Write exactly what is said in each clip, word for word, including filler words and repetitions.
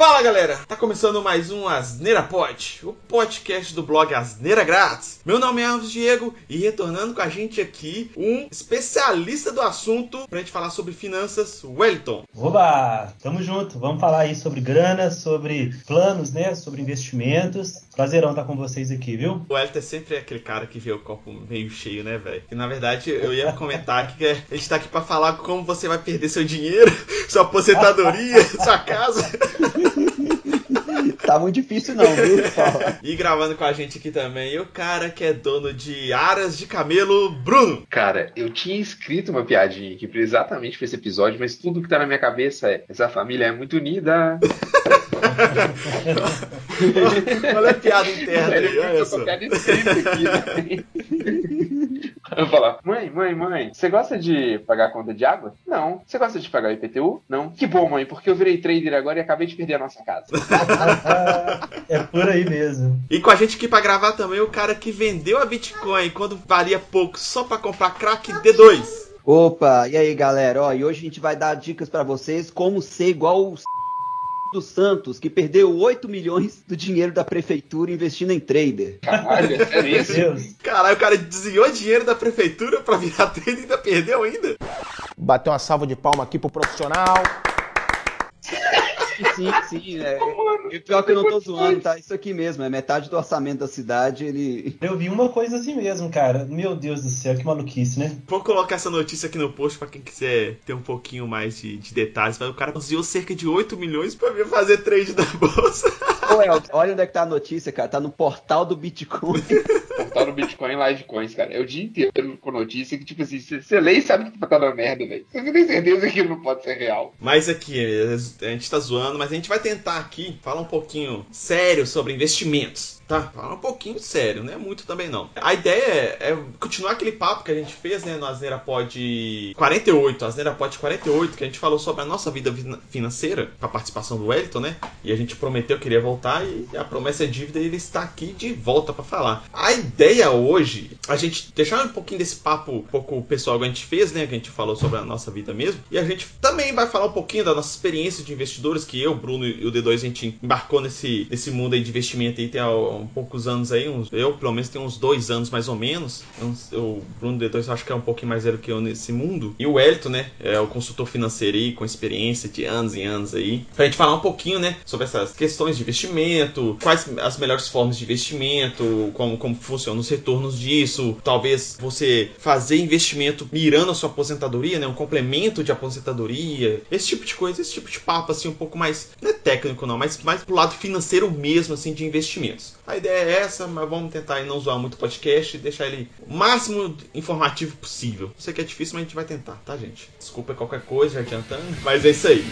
Fala galera, tá começando mais um Asneira Pod, o podcast do blog Asneira Grátis. Meu nome é Alves Diego e retornando com a gente aqui um especialista do assunto pra gente falar sobre finanças, Wellington. Oba, tamo junto, vamos falar aí sobre grana, sobre planos, né, sobre investimentos. Prazerão estar com vocês aqui, viu? O Wellington é sempre aquele cara que vê o copo meio cheio, né, velho? E na verdade eu ia comentar aqui que a gente tá aqui pra falar como você vai perder seu dinheiro, sua aposentadoria, sua casa. Tá muito difícil não, viu? E gravando com a gente aqui também, o cara que é dono de aras de camelo, Bruno. Cara, eu tinha escrito uma piadinha aqui exatamente pra esse episódio, mas tudo que tá na minha cabeça é: essa família é muito unida. Olha a piada interna aí, olha só. Piada escrita aqui, né? Eu vou falar: mãe, mãe, mãe, você gosta de pagar a conta de água? Não. Você gosta de pagar o I P T U? Não. Que bom, mãe, porque eu virei trader agora e acabei de perder a nossa casa. É por aí mesmo. E com a gente aqui pra gravar também o cara que vendeu a Bitcoin quando valia pouco só pra comprar crack D dois. Opa, e aí galera, ó, e hoje a gente vai dar dicas pra vocês como ser igual o do Santos, que perdeu oito milhões do dinheiro da prefeitura investindo em trader. Caralho, é isso? Caralho, o cara desviou dinheiro da prefeitura pra virar trader e ainda perdeu ainda? Bateu uma salva de palma aqui pro profissional. Sim, sim, é. E pior que eu não tô zoando, tá? Isso aqui mesmo, é metade do orçamento da cidade, ele... Eu vi uma coisa assim mesmo, cara. Meu Deus do céu, que maluquice, né? Vou colocar essa notícia aqui no post pra quem quiser ter um pouquinho mais de, de detalhes. Mas o cara desviou cerca de oito milhões pra vir fazer trade da bolsa. Ô, El, olha onde é que tá a notícia, cara. Tá no portal do Bitcoin. Portal do Bitcoin e Livecoins, cara. É o dia inteiro com notícia que, tipo assim, você lê e sabe que tá dando merda, velho. Você tem certeza que aquilo não pode ser real. Mas aqui, a gente tá zoando, mas a gente vai tentar aqui falar um pouquinho sério sobre investimentos. Tá, fala um pouquinho sério, não é muito também não. A ideia é, é continuar aquele papo que a gente fez, né, no Asneira Pod quarenta e oito, Asneira Pod quarenta e oito, que a gente falou sobre a nossa vida financeira, com a participação do Wellington, né, e a gente prometeu que iria voltar e a promessa é dívida e ele está aqui de volta para falar. A ideia hoje, a gente deixar um pouquinho desse papo um pouco pessoal que a gente fez, né, que a gente falou sobre a nossa vida mesmo, e a gente também vai falar um pouquinho da nossa experiência de investidores, que eu, Bruno e o D dois, a gente embarcou nesse, nesse mundo aí de investimento aí tem um poucos anos aí, uns, eu pelo menos tenho uns dois anos mais ou menos. Uns, o Bruno D dois eu acho que é um pouquinho mais velho que eu nesse mundo. E o Wellington, né, é o consultor financeiro aí, com experiência de anos e anos aí. Pra gente falar um pouquinho, né, sobre essas questões de investimento, quais as melhores formas de investimento, como, como funcionam os retornos disso. Talvez você fazer investimento mirando a sua aposentadoria, né, um complemento de aposentadoria. Esse tipo de coisa, esse tipo de papo, assim, um pouco mais, não é técnico não, mas mais pro lado financeiro mesmo, assim, de investimentos. A ideia é essa, mas vamos tentar aí não zoar muito o podcast e deixar ele o máximo informativo possível. Sei que é difícil, mas a gente vai tentar, tá, gente? Desculpa qualquer coisa, já adiantando, mas é isso aí.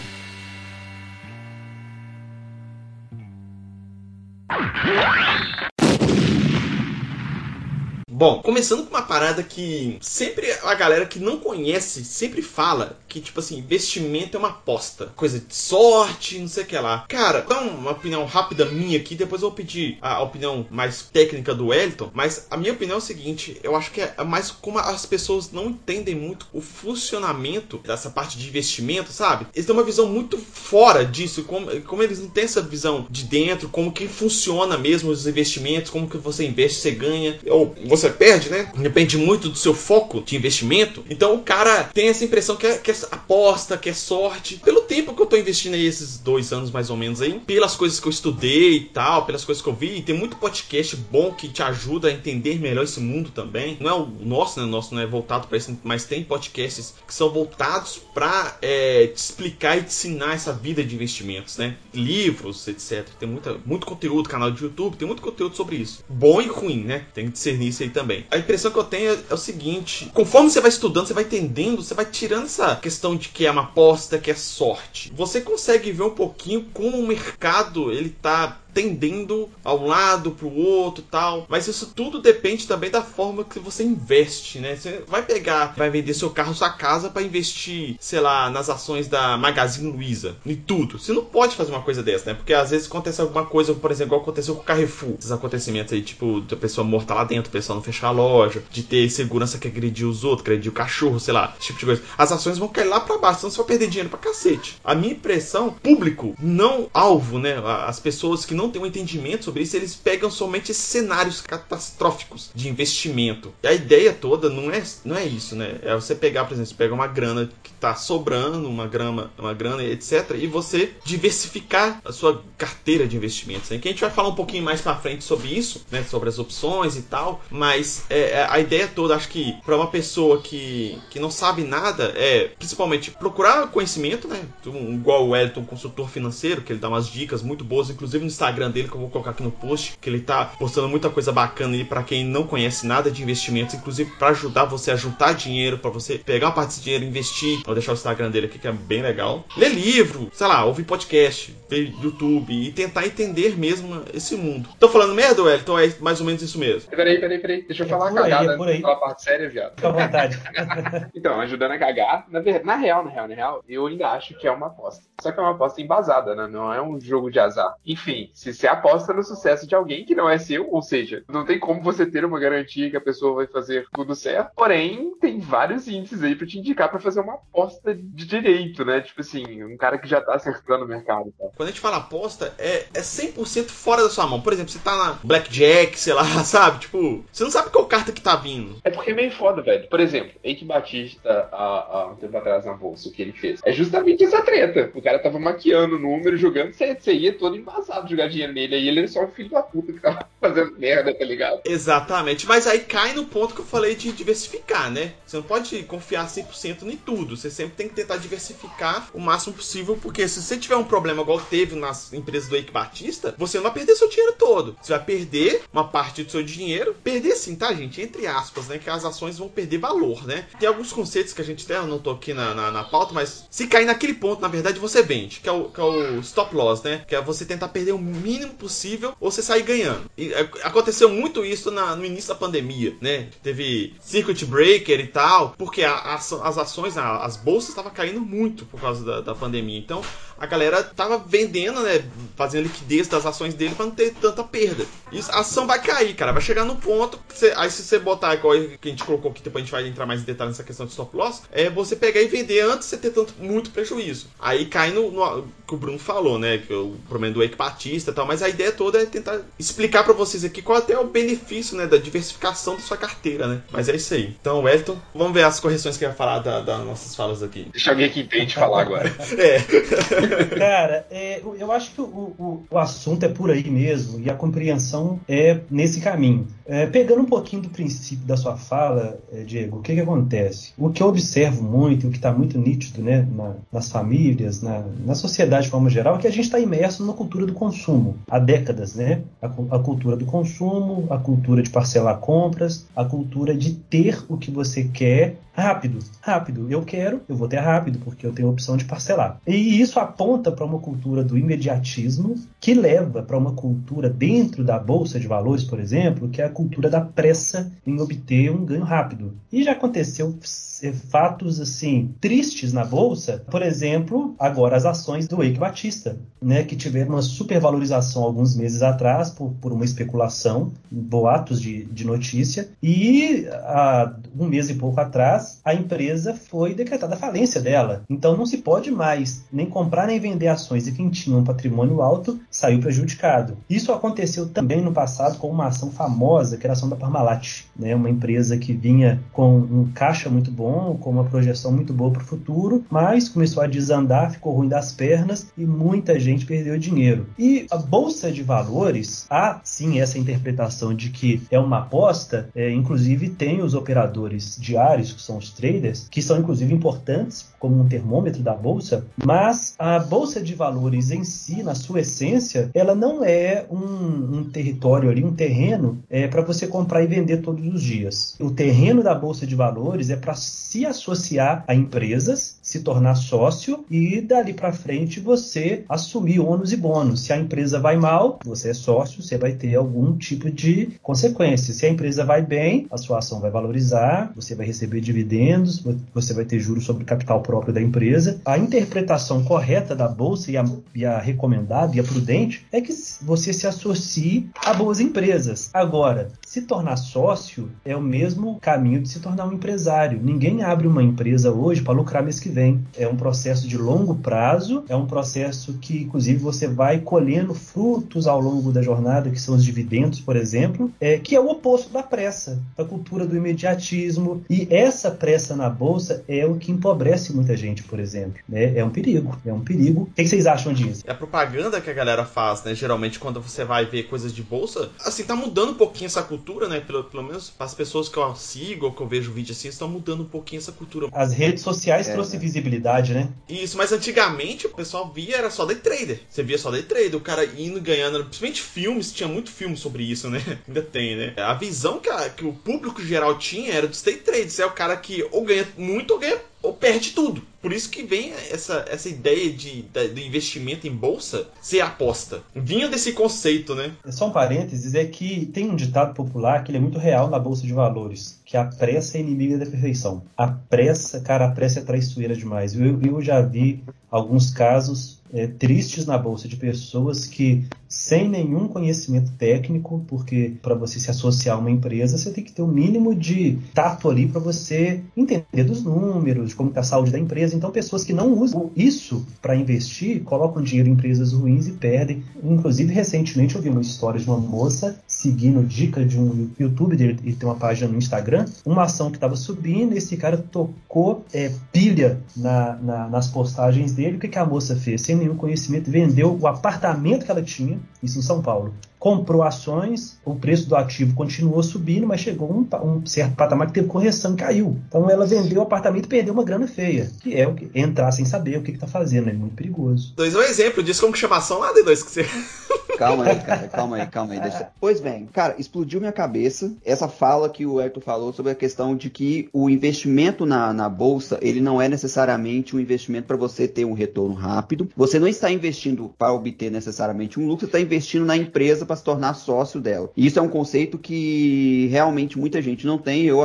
Bom, começando com uma parada que sempre a galera que não conhece sempre fala que, tipo assim, investimento é uma aposta. Coisa de sorte, não sei o que lá. Cara, dá uma opinião rápida minha aqui, depois eu vou pedir a opinião mais técnica do Wellington, mas a minha opinião é o seguinte, eu acho que é mais como as pessoas não entendem muito o funcionamento dessa parte de investimento, sabe? Eles têm uma visão muito fora disso, como, como eles não têm essa visão de dentro, como que funciona mesmo os investimentos, como que você investe, você ganha, ou você perde, né? Depende muito do seu foco de investimento. Então o cara tem essa impressão que é, que é aposta, que é sorte. Pelo tempo que eu tô investindo aí, esses dois anos mais ou menos aí, pelas coisas que eu estudei e tal, pelas coisas que eu vi, tem muito podcast bom que te ajuda a entender melhor esse mundo também. Não é o nosso, né? O nosso não é voltado para isso, mas tem podcasts que são voltados para é, te explicar e te ensinar essa vida de investimentos, né? Livros, etcétera. Tem muita, muito conteúdo, canal de YouTube, tem muito conteúdo sobre isso. Bom e ruim, né? Tem que discernir isso aí também. Também. A impressão que eu tenho é, é o seguinte, conforme você vai estudando, você vai entendendo, você vai tirando essa questão de que é uma aposta, que é sorte. Você consegue ver um pouquinho como o mercado, ele tá tendendo ao lado, pro outro e tal. Mas isso tudo depende também da forma que você investe, né? Você vai pegar, vai vender seu carro, sua casa para investir, sei lá, nas ações da Magazine Luiza, em tudo. Você não pode fazer uma coisa dessa, né? Porque às vezes acontece alguma coisa, por exemplo, igual aconteceu com o Carrefour. Esses acontecimentos aí, tipo, da pessoa morta lá dentro, a pessoa não fechar a loja, de ter segurança que agrediu os outros, que agrediu o cachorro, sei lá, esse tipo de coisa. As ações vão cair lá pra baixo, senão você vai perder dinheiro pra cacete. A minha impressão, público, não alvo, né? As pessoas que não têm um entendimento sobre isso, eles pegam somente esses cenários catastróficos de investimento. E a ideia toda não é, não é isso, né? É você pegar, por exemplo, você pega uma grana que tá sobrando, uma grama, uma grana, etcétera, e você diversificar a sua carteira de investimentos, né? Que a gente vai falar um pouquinho mais pra frente sobre isso, né? Sobre as opções e tal, mas é, a ideia toda, acho que para uma pessoa que, que não sabe nada, é principalmente procurar conhecimento, né? Um, igual o Wellington, consultor financeiro, que ele dá umas dicas muito boas, inclusive no Instagram dele, que eu vou colocar aqui no post, que ele tá postando muita coisa bacana aí para quem não conhece nada de investimentos, inclusive para ajudar você a juntar dinheiro, para você pegar uma parte desse dinheiro e investir. Vou deixar o Instagram dele aqui, que é bem legal. Ler livro, sei lá, ouvir podcast, ver YouTube e tentar entender mesmo esse mundo. Tô falando merda, Wellington? É mais ou menos isso mesmo. Peraí, peraí, peraí. Deixa eu É falar por uma aí, cagada é por aí. pela parte séria, viado. Fica à vontade. Então, ajudando a cagar, na, ver... na real, na real, na real, eu ainda acho que é uma aposta. Só que é uma aposta embasada, né? Não é um jogo de azar. Enfim, se você aposta no sucesso de alguém que não é seu, ou seja, não tem como você ter uma garantia que a pessoa vai fazer tudo certo. Porém, tem vários índices aí pra te indicar pra fazer uma aposta de direito, né? Tipo assim, um cara que já tá acertando o mercado. Tá? Quando a gente fala aposta, é, é cem por cento fora da sua mão. Por exemplo, você tá na Blackjack, sei lá, sabe? Tipo, você não sabe qual carta que tá vindo. É porque é meio foda, velho. Por exemplo, Eike Batista, há, há um tempo atrás na bolsa, o que ele fez? É justamente essa treta. O cara tava maquiando o número, jogando, você, você ia todo embasado jogar dinheiro nele. Aí ele era só um filho da puta que tava fazendo merda, tá ligado? Exatamente. Mas aí cai no ponto que eu falei de diversificar, né? Você não pode confiar cem por cento em tudo. Você sempre tem que tentar diversificar o máximo possível, porque se você tiver um problema igual teve nas empresas do Eike Batista, você não vai perder seu dinheiro todo. Você vai perder uma parte do seu dinheiro. Perder sim, tá, gente? Entre aspas, né? Que as ações vão perder valor, né? Tem alguns conceitos que a gente tem, eu não tô aqui na, na, na pauta, mas se cair naquele ponto, na verdade, você vende, que é o, que é o stop loss, né? Que é você tentar perder o mínimo possível ou você sair ganhando. E é, aconteceu muito isso na, no início da pandemia, né? Teve circuit breaker e tal, porque a, a, as ações, a, as bolsas estavam caindo muito por causa da, da pandemia. Então, a galera tava vendendo, né? Fazendo liquidez das ações dele pra não ter tanta perda. E a ação vai cair, cara. Vai chegar no ponto que você, aí se você botar, igual que a gente colocou aqui, depois a gente vai entrar mais em detalhes nessa questão de stop loss, é você pegar e vender antes de você ter tanto, muito prejuízo. Aí cai no, no que o Bruno falou, né? Que é o problema do Eike Batista e tal. Mas a ideia toda é tentar explicar pra vocês aqui qual até é o benefício, né? Da diversificação da sua carteira, né? Mas é isso aí. Então, Wellington, vamos ver as correções que vai falar das da nossas falas aqui. Deixa alguém que entende falar agora. É. Cara, é, eu acho que o, o, o assunto é por aí mesmo e a compreensão é nesse caminho. É, pegando um pouquinho do princípio da sua fala, é, Diego, o que que acontece? O que eu observo muito, o que está muito nítido, né, na, nas famílias, na, na sociedade de forma geral, é que a gente está imerso numa cultura do consumo há décadas, né? A, a cultura do consumo, a cultura de parcelar compras, a cultura de ter o que você quer rápido, rápido. Eu quero, eu vou ter rápido, porque eu tenho a opção de parcelar. E isso aponta para uma cultura do imediatismo, que leva para uma cultura dentro da Bolsa de Valores, por exemplo, que é a cultura da pressa em obter um ganho rápido. E já aconteceu fatos assim tristes na bolsa, por exemplo, agora as ações do Eike Batista, né, que tiveram uma supervalorização alguns meses atrás por, por uma especulação, boatos de, de notícia, e há um mês e pouco atrás a empresa foi decretada a falência dela. Então não se pode mais nem comprar nem vender ações, e quem tinha um patrimônio alto saiu prejudicado. Isso aconteceu também no passado com uma ação famosa, que era a ação da Parmalat, né, uma empresa que vinha com um caixa muito bom, com uma projeção muito boa para o futuro, mas começou a desandar, ficou ruim das pernas e muita gente perdeu dinheiro. E a Bolsa de Valores, há sim essa interpretação de que é uma aposta, é, inclusive tem os operadores diários, que são os traders, que são inclusive importantes como um termômetro da Bolsa, mas a Bolsa de Valores em si, na sua essência, ela não é um, um território ali, um terreno é, para você comprar e vender todos os dias. O terreno da Bolsa de Valores é para se associar a empresas, se tornar sócio e dali para frente você assumir ônus e bônus. Se a empresa vai mal, você é sócio, você vai ter algum tipo de consequência. Se a empresa vai bem, a sua ação vai valorizar, você vai receber dividendos, você vai ter juros sobre o capital próprio da empresa. A interpretação correta da bolsa e a, e a recomendada e a prudente é que você se associe a boas empresas. Agora, se tornar sócio é o mesmo caminho de se tornar um empresário. Ninguém abre uma empresa hoje para lucrar mês que vem. É um processo de longo prazo, é um processo que, inclusive, você vai colhendo frutos ao longo da jornada, que são os dividendos, por exemplo, é, que é o oposto da pressa, da cultura do imediatismo. E essa pressa na bolsa é o que empobrece muita gente, por exemplo. Né? É um perigo, é um perigo. O que vocês acham disso? É a propaganda que a galera faz, né? Geralmente, quando você vai ver coisas de bolsa, assim, tá mudando um pouquinho essa cultura, né? Pelo, pelo menos as pessoas que eu sigo ou que eu vejo vídeo assim, estão mudando um pouquinho essa cultura. As redes sociais é, trouxe né? visibilidade, né? Isso, mas antigamente o pessoal via, era só day trader. Você via só day trader, o cara indo, ganhando, principalmente filmes, tinha muito filme sobre isso, né? Ainda tem, né? A visão que, a, que o público geral tinha era dos day traders. É o cara que ou ganha muito ou ganha ou perde tudo. Por isso que vem essa, essa ideia de, de, de investimento em bolsa ser aposta. Vinha desse conceito, né? Só um parênteses, é que tem um ditado popular que ele é muito real na Bolsa de Valores, que a pressa é inimiga da perfeição. A pressa, cara, a pressa é traiçoeira demais. Eu, eu já vi alguns casos é, tristes na Bolsa de pessoas que, sem nenhum conhecimento técnico, porque para você se associar a uma empresa, você tem que ter um mínimo de tato ali para você entender dos números, de como está a saúde da empresa. Então, pessoas que não usam isso para investir, colocam dinheiro em empresas ruins e perdem. Inclusive, recentemente, eu vi uma história de uma moça seguindo dica de um youtuber, e tem uma página no Instagram, uma ação que estava subindo, esse cara tocou é, pilha na, na, nas postagens dele. O que, que a moça fez? Sem nenhum conhecimento, vendeu o apartamento que ela tinha, isso em São Paulo. Comprou ações, o preço do ativo continuou subindo, mas chegou um, um certo patamar que teve correção e caiu. Então ela vendeu o apartamento e perdeu uma grana feia, que é o que entrar sem saber o que está fazendo, é muito perigoso. Dois, um exemplo disso, como que chama a ação lá, D dois, que você... Calma aí, cara, calma aí, calma aí. Deixa... Pois bem, cara, explodiu minha cabeça essa fala que o Hector falou sobre a questão de que o investimento na, na bolsa, ele não é necessariamente um investimento para você ter um retorno rápido. Você não está investindo para obter necessariamente um lucro, você está investindo na empresa para se tornar sócio dela. E isso é um conceito que realmente muita gente não tem, eu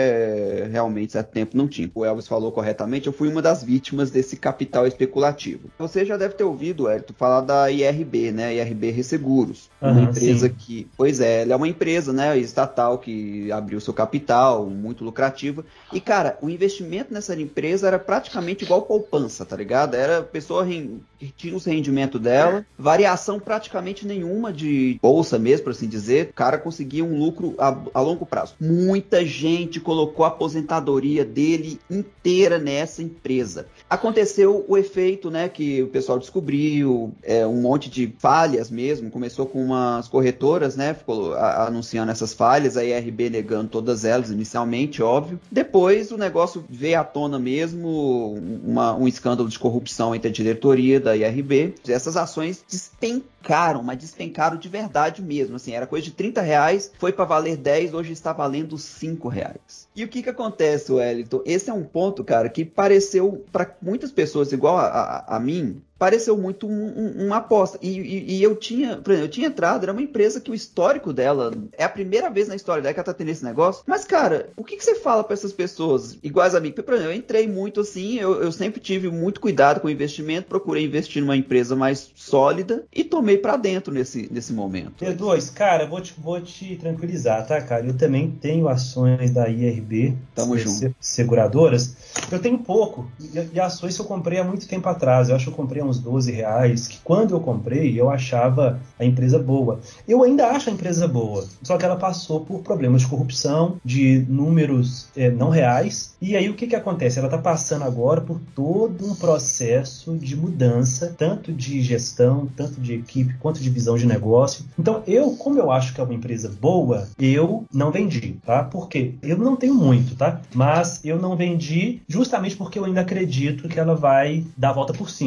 até realmente certo tempo não tinha. O Elvis falou corretamente, eu fui uma das vítimas desse capital especulativo. Você já deve ter ouvido, Hector, falar da I R B, né? I R B Resseguros. Uhum, uma empresa sim. que... Pois é, ela é uma empresa, né, estatal que abriu seu capital, muito lucrativa. E, cara, o investimento nessa empresa era praticamente igual poupança, tá ligado? Era a pessoa que tinha os rendimentos dela, variação praticamente nenhuma de bolsa mesmo, por assim dizer. O cara conseguia um lucro a, a longo prazo. Muita gente colocou a aposentadoria dele inteira nessa empresa. Aconteceu o efeito, né, que o pessoal descobriu, é, um monte de falhas mesmo. Começou com umas corretoras, né, ficou a, anunciando essas falhas, a I R B negando todas elas inicialmente, óbvio. Depois o negócio veio à tona mesmo, uma, um escândalo de corrupção entre a diretoria da I R B. Essas ações despencaram, mas despencaram de verdade mesmo, assim, era coisa de trinta reais, foi para valer dez, hoje está valendo cinco reais. E o que que acontece, Wellington? Esse é um ponto, cara, que pareceu para muitas pessoas igual a, a, a mim, pareceu muito um, um, uma aposta. E, e, e eu tinha, por exemplo, eu tinha entrado, era uma empresa que o histórico dela, é a primeira vez na história dela que ela tá tendo esse negócio. Mas, cara, o que, que você fala para essas pessoas iguais a mim? Por exemplo, eu entrei muito assim, eu, eu sempre tive muito cuidado com o investimento, procurei investir numa empresa mais sólida e tomei para dentro nesse, nesse momento. D dois, cara, vou te, vou te tranquilizar, tá, cara? Eu também tenho ações da I R B, Tamo se, junto. seguradoras. Eu tenho pouco, e, e ações que eu comprei há muito tempo atrás. Eu acho que eu comprei uns doze reais, que quando eu comprei, eu achava a empresa boa. Eu ainda acho a empresa boa, só que ela passou por problemas de corrupção, de números é, não reais. E aí o que que acontece? Ela está passando agora por todo um processo de mudança, tanto de gestão, tanto de equipe, quanto de visão de negócio. Então eu, como eu acho que é uma empresa boa, eu não vendi, tá? Por quê? Eu não tenho muito, tá? Mas eu não vendi justamente porque eu ainda acredito que ela vai dar a volta por cima. Tamo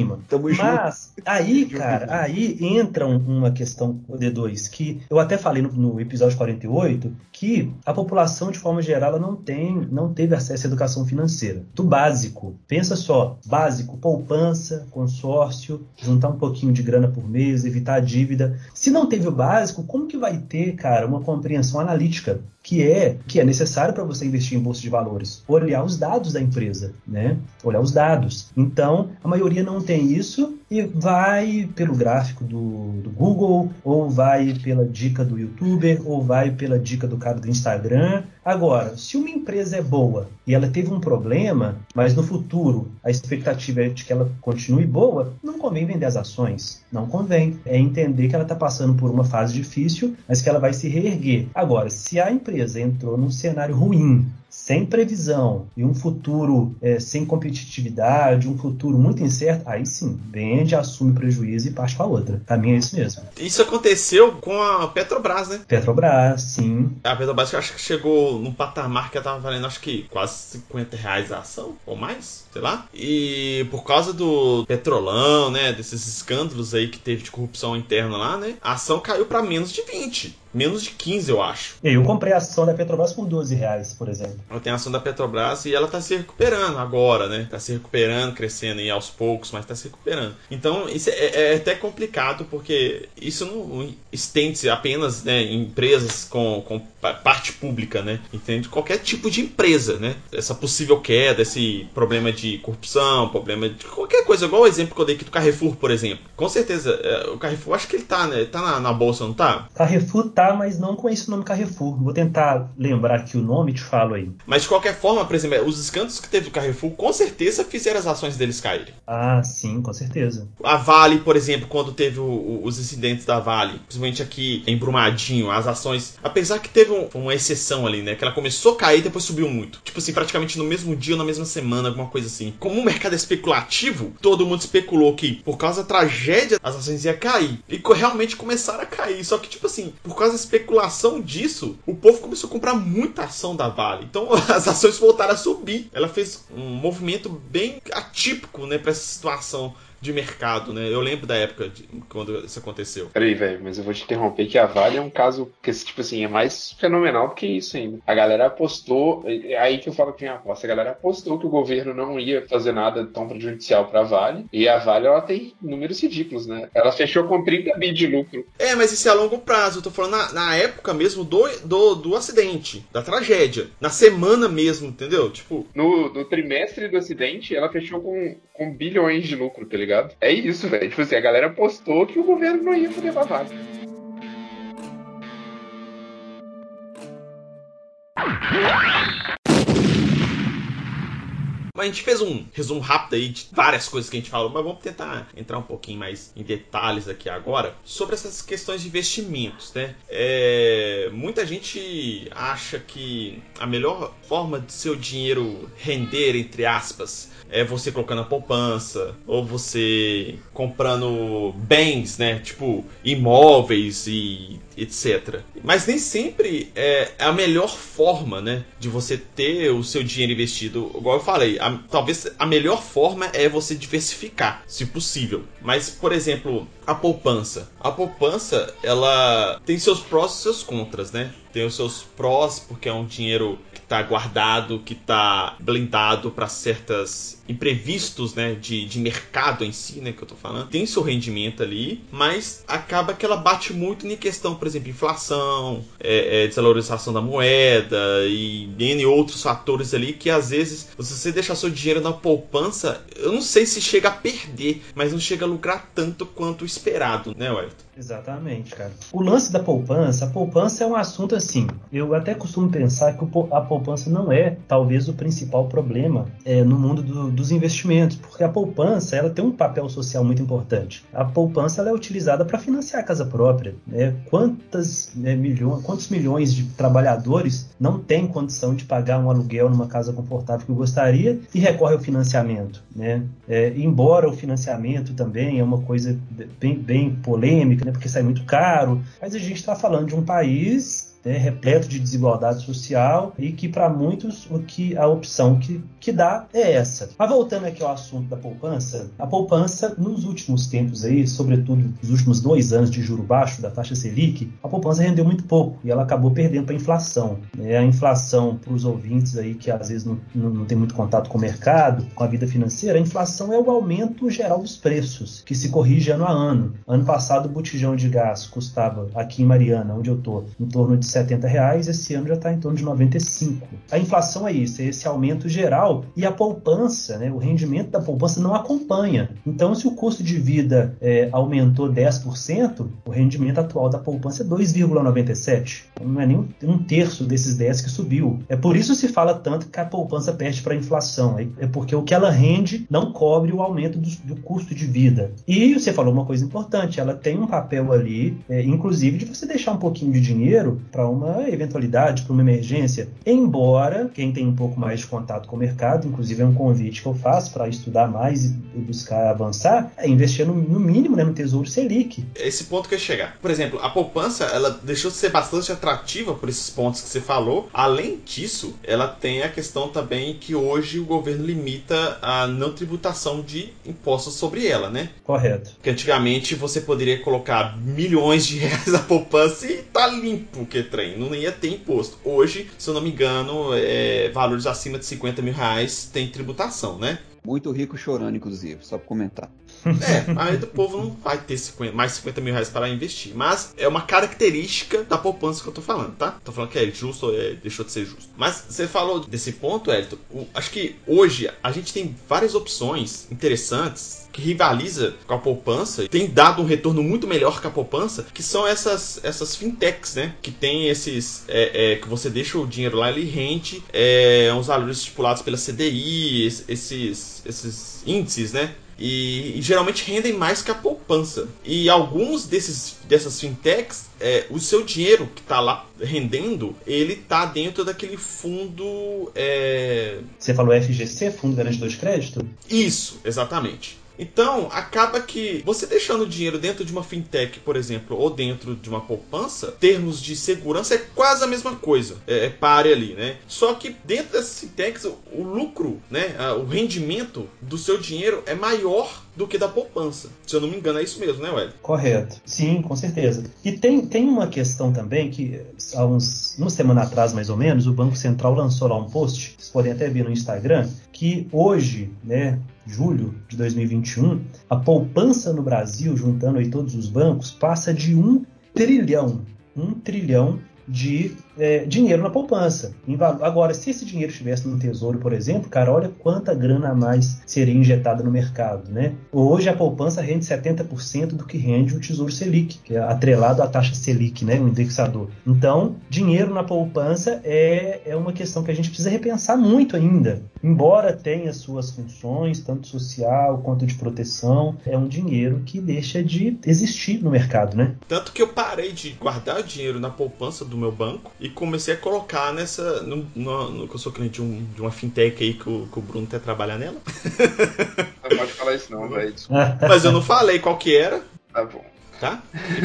Tamo junto. Mas aí, cara, aí entra uma questão, o D dois, que eu até falei no, no episódio quarenta e oito, que a população, de forma geral, ela não tem, não teve acesso à educação financeira. Do básico, pensa só, básico, poupança, consórcio, juntar um pouquinho de grana por mês, evitar a dívida. Se não teve o básico, como que vai ter, cara, uma compreensão analítica? Que é, que é necessário para você investir em bolsa de valores. Olhar os dados da empresa, né? Olhar os dados. Então, a maioria não tem isso e vai pelo gráfico do, do Google, ou vai pela dica do YouTuber, ou vai pela dica do cara do Instagram. Agora, se uma empresa é boa e ela teve um problema, mas no futuro a expectativa é de que ela continue boa, não convém vender as ações. Não convém. É entender que ela está passando por uma fase difícil, mas que ela vai se reerguer. Agora, se a empresa entrou num cenário ruim, sem previsão e um futuro é, sem competitividade, um futuro muito incerto, aí sim, vende, assume prejuízo e parte para outra. Pra mim é isso mesmo. Isso aconteceu com a Petrobras, né? Petrobras, sim. A Petrobras, eu acho que chegou num patamar que ela tava valendo, acho que quase cinquenta reais a ação, ou mais, sei lá. E por causa do petrolão, né, desses escândalos aí que teve de corrupção interna lá, né, a ação caiu para menos de vinte. Menos de quinze, eu acho. Eu comprei a ação da Petrobras por doze reais, por exemplo. Eu tenho a ação da Petrobras e ela tá se recuperando agora, né? Tá se recuperando, crescendo aí aos poucos, mas tá se recuperando. Então, isso é, é até complicado, porque isso não estende apenas, né, em empresas com, com parte pública, né? Entende? Qualquer tipo de empresa, né? Essa possível queda, esse problema de corrupção, problema de qualquer coisa. Igual o exemplo que eu dei aqui do Carrefour, por exemplo. Com certeza, o Carrefour, acho que ele tá, né? Ele tá na, na bolsa, não tá? Carrefour tá, mas não com esse nome Carrefour. Vou tentar lembrar aqui o nome e te falo aí. Mas de qualquer forma, por exemplo, os escândalos que teve do Carrefour, com certeza fizeram as ações deles caírem. Ah, sim, com certeza. A Vale, por exemplo, quando teve o, o, os incidentes da Vale, principalmente aqui em Brumadinho, as ações, apesar que teve um, uma exceção ali, né, que ela começou a cair e depois subiu muito. Tipo assim, praticamente no mesmo dia ou na mesma semana, alguma coisa assim. Como o mercado é especulativo, todo mundo especulou que por causa da tragédia as ações iam cair. E realmente começaram a cair. Só que, tipo assim, por causa da especulação disso, o povo começou a comprar muita ação da Vale. Então as ações voltaram a subir. Ela fez um movimento bem atípico, né, para essa situação de mercado, né? Eu lembro da época de quando isso aconteceu. Peraí, velho, mas eu vou te interromper que a Vale é um caso que, tipo assim, é mais fenomenal do que isso ainda. A galera apostou, é aí que eu falo que é aposta, a galera apostou que o governo não ia fazer nada tão prejudicial pra Vale, e a Vale, ela tem números ridículos, né? Ela fechou com trinta bi de lucro. É, mas isso é a longo prazo. Eu tô falando na, na época mesmo do, do, do acidente, da tragédia. Na semana mesmo, entendeu? Tipo... No, no trimestre do acidente, ela fechou com, com bilhões de lucro, tá ligado? É isso, velho. Tipo assim, a galera apostou que o governo não ia fazer babado. A gente fez um resumo rápido aí de várias coisas que a gente falou, mas vamos tentar entrar um pouquinho mais em detalhes aqui agora sobre essas questões de investimentos, né? É, muita gente acha que a melhor forma de seu dinheiro render, entre aspas, é você colocando a poupança, ou você comprando bens, né? Tipo imóveis e etcétera. Mas nem sempre é a melhor forma, né, de você ter o seu dinheiro investido. Igual eu falei, a, talvez a melhor forma é você diversificar, se possível. Mas, por exemplo, a poupança. A poupança, ela tem seus prós e seus contras, né? Tem os seus prós, porque é um dinheiro que está guardado, que está blindado para certos imprevistos, né, de, de mercado em si, né, que eu tô falando. Tem seu rendimento ali, mas acaba que ela bate muito em questão, por exemplo, inflação, é, é, desvalorização da moeda e N outros fatores ali que às vezes, se você deixar seu dinheiro na poupança, eu não sei se chega a perder, mas não chega a lucrar tanto quanto o esperado, né, Wellington? Exatamente, cara. O lance da poupança, a poupança é um assunto assim, eu até costumo pensar que a poupança não é, talvez, o principal problema é, no mundo do, dos investimentos, porque a poupança, ela tem um papel social muito importante. A poupança, ela é utilizada para financiar a casa própria, né? Quantas, né, milhões, quantos milhões de trabalhadores não têm condição de pagar um aluguel numa casa confortável que gostaria e recorre ao financiamento, né? É, embora o financiamento também é uma coisa bem, bem polêmica, né? Porque sai muito caro, mas a gente está falando de um país né, repleto de desigualdade social e que para muitos o que a opção que, que dá é essa. Mas voltando aqui ao assunto da poupança, a poupança nos últimos tempos aí, sobretudo nos últimos dois anos de juro baixo da taxa Selic, a poupança rendeu muito pouco e ela acabou perdendo para a inflação. É, a inflação, para os ouvintes aí que às vezes não, não, não tem muito contato com o mercado, com a vida financeira, a inflação é o aumento geral dos preços, que se corrige ano a ano. Ano passado o botijão de gás custava, aqui em Mariana, onde eu estou, em torno de setenta reais, esse ano já está em torno de noventa e cinco. A inflação é isso, é esse aumento geral e a poupança, né, o rendimento da poupança não acompanha. Então, se o custo de vida é, aumentou dez por cento, o rendimento atual da poupança é dois vírgula noventa e sete. Não é nem um, um terço desses dez que subiu. É por isso que se fala tanto que a poupança perde para a inflação. É porque o que ela rende não cobre o aumento do, do custo de vida. E você falou uma coisa importante, ela tem um papel ali, é, inclusive de você deixar um pouquinho de dinheiro para uma eventualidade, para uma emergência. Embora quem tem um pouco mais de contato com o mercado, inclusive é um convite que eu faço para estudar mais e buscar avançar, é investir no, no mínimo, né, no Tesouro Selic. Esse ponto que eu ia chegar. Por exemplo, a poupança, ela deixou de ser bastante atrativa por esses pontos que você falou. Além disso, ela tem a questão também que hoje o governo limita a não tributação de impostos sobre ela, né? Correto. Porque antigamente você poderia colocar milhões de reais na poupança e tá limpo que trem, não ia ter imposto. Hoje, se eu não me engano, é, valores acima de cinquenta mil reais tem tributação, né? Muito rico chorando, inclusive, só pra comentar. É, aí do povo não vai ter cinquenta, mais cinquenta mil reais para investir. Mas é uma característica da poupança que eu tô falando, tá? Tô falando que é justo ou é, deixou de ser justo. Mas você falou desse ponto, Elton. O, acho que hoje a gente tem várias opções interessantes que rivaliza com a poupança, tem dado um retorno muito melhor que a poupança, que são essas, essas fintechs, né? Que tem esses, é, é, que você deixa o dinheiro lá, ele rende é, uns valores estipulados pela C D I, esses, esses índices, né? E, e geralmente rendem mais que a poupança. E alguns desses, dessas fintechs, é, o seu dinheiro que está lá rendendo, ele está dentro daquele fundo... É... Você falou F G C, Fundo Garantidor de Crédito? Isso, exatamente. Então, acaba que você deixando o dinheiro dentro de uma fintech, por exemplo, ou dentro de uma poupança, termos de segurança é quase a mesma coisa. É, é pare ali, né? Só que dentro dessas fintechs, o, o lucro, né, o rendimento do seu dinheiro é maior do que da poupança. Se eu não me engano, é isso mesmo, né, Wellington? Correto. Sim, com certeza. E tem, tem uma questão também que, há uns, uma semana atrás, mais ou menos, o Banco Central lançou lá um post, vocês podem até ver no Instagram, que hoje, né, julho de dois mil e vinte e um, a poupança no Brasil, juntando aí todos os bancos, passa de um trilhão, um trilhão de é, dinheiro na poupança. Agora, se esse dinheiro estivesse no Tesouro, por exemplo, cara, olha quanta grana a mais seria injetada no mercado, né? Hoje a poupança rende setenta por cento do que rende o Tesouro Selic, que é atrelado à taxa Selic, né, o indexador. Então, dinheiro na poupança é, é uma questão que a gente precisa repensar muito ainda. Embora tenha suas funções, tanto social quanto de proteção, é um dinheiro que deixa de existir no mercado, né? Tanto que eu parei de guardar o dinheiro na poupança do meu banco e comecei a colocar nessa... No, no, no, que eu sou cliente de, um, de uma fintech aí que o, que o Bruno quer trabalhar nela. Não pode falar isso não, velho. Mas eu não falei qual que era. Tá bom. Tá?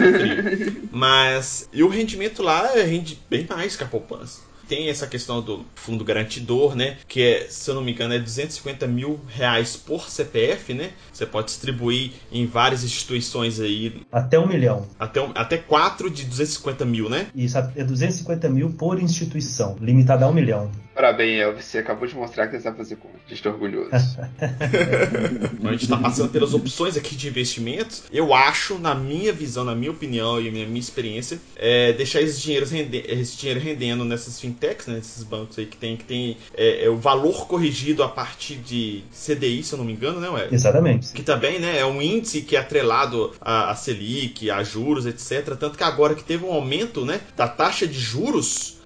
Mas... E o rendimento lá rende bem mais que a poupança. Tem essa questão do fundo garantidor, né? Que é, se eu não me engano, é duzentos e cinquenta mil reais por C P F, né? Você pode distribuir em várias instituições aí. Até um milhão. Até, até quatro de duzentos e cinquenta mil, né? Isso, é duzentos e cinquenta mil por instituição, limitado a um milhão. Parabéns, Elvis. Você acabou de mostrar que você sabe fazer conta. Estou orgulhoso. A gente está passando pelas opções aqui de investimentos. Eu acho, na minha visão, na minha opinião e na minha experiência, é deixar esse dinheiro, rende, esse dinheiro rendendo nessas fintechs, né, nesses bancos aí que tem, que tem é, é, o valor corrigido a partir de C D I, se eu não me engano, né, Ué? Exatamente. Que também, né, é um índice que é atrelado a, a Selic, a juros, etcétera. Tanto que agora que teve um aumento, né, da taxa de juros,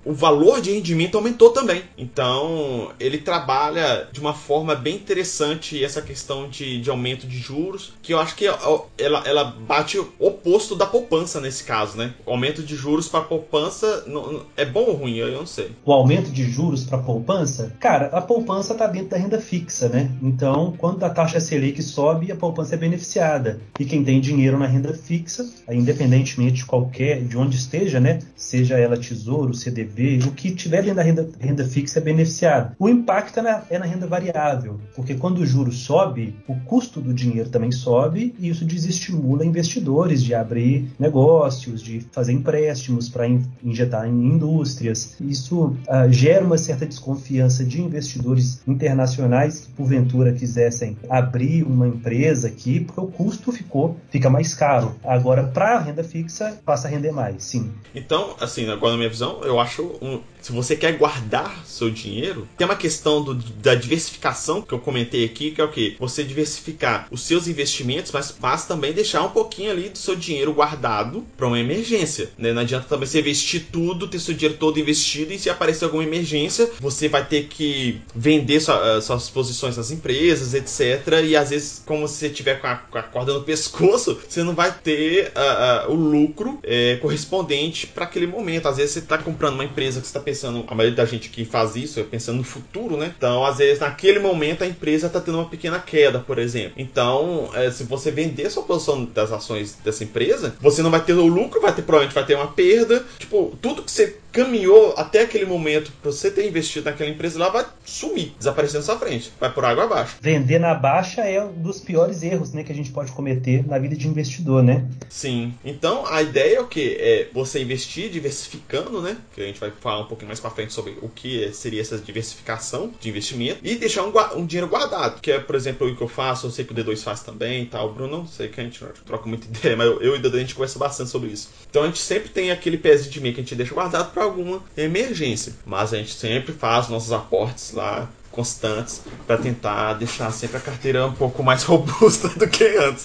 o valor de rendimento aumentou também. Então, ele trabalha de uma forma bem interessante essa questão de, de aumento de juros, que eu acho que ela, ela bate o oposto da poupança nesse caso, né? O aumento de juros para poupança não, é bom ou ruim? Eu não sei. O aumento de juros para poupança? Cara, a poupança está dentro da renda fixa, né? Então, quando a taxa Selic sobe, a poupança é beneficiada. E quem tem dinheiro na renda fixa, independentemente de qualquer, de onde esteja, né? Seja ela tesouro, C D B, o que tiver dentro da renda, renda fixa é beneficiado. O impacto é na, é na renda variável, porque quando o juro sobe, o custo do dinheiro também sobe e isso desestimula investidores de abrir negócios, de fazer empréstimos para in, injetar em indústrias. Isso uh, gera uma certa desconfiança de investidores internacionais que porventura quisessem abrir uma empresa aqui, porque o custo ficou, fica mais caro. Agora, para a renda fixa, passa a render mais, sim. Então, assim, agora na minha visão, eu acho, um, se você quer guardar seu dinheiro, tem uma questão do, da diversificação que eu comentei aqui, que é o quê? Você diversificar os seus investimentos, mas, mas também deixar um pouquinho ali do seu dinheiro guardado para uma emergência, né? Não adianta também você investir tudo, ter seu dinheiro todo investido e se aparecer alguma emergência, você vai ter que vender sua, suas posições nas empresas, etcétera. E às vezes, como se você tiver com a, com a corda no pescoço, você não vai ter uh, uh, o lucro é, correspondente para aquele momento. Às vezes você está comprando uma empresa que você está pensando, a maioria da gente que faz isso é pensando no futuro, né? Então, às vezes, naquele momento a empresa está tendo uma pequena queda, por exemplo. Então, é, se você vender sua posição das ações dessa empresa, você não vai ter o lucro, vai ter, provavelmente vai ter uma perda. Tipo, tudo que você caminhou até aquele momento para você ter investido naquela empresa lá vai sumir, desaparecer na sua frente, vai por água abaixo. Vender na baixa é um dos piores erros, né, que a gente pode cometer na vida de investidor, né? Sim. Então a ideia é o quê? É você investir diversificando, né? Que a gente vai falar um pouquinho mais para frente sobre o que seria essa diversificação de investimento e deixar um, um dinheiro guardado, que é, por exemplo, o que eu faço, eu sei que o D dois faz também e tal. O Bruno, não sei que a gente troca muita ideia, mas eu, eu e o D dois a gente conversa bastante sobre isso. Então a gente sempre tem aquele pezinho de meio que a gente deixa guardado para alguma emergência, mas a gente sempre faz nossos aportes lá constantes para tentar deixar sempre a carteira um pouco mais robusta do que antes,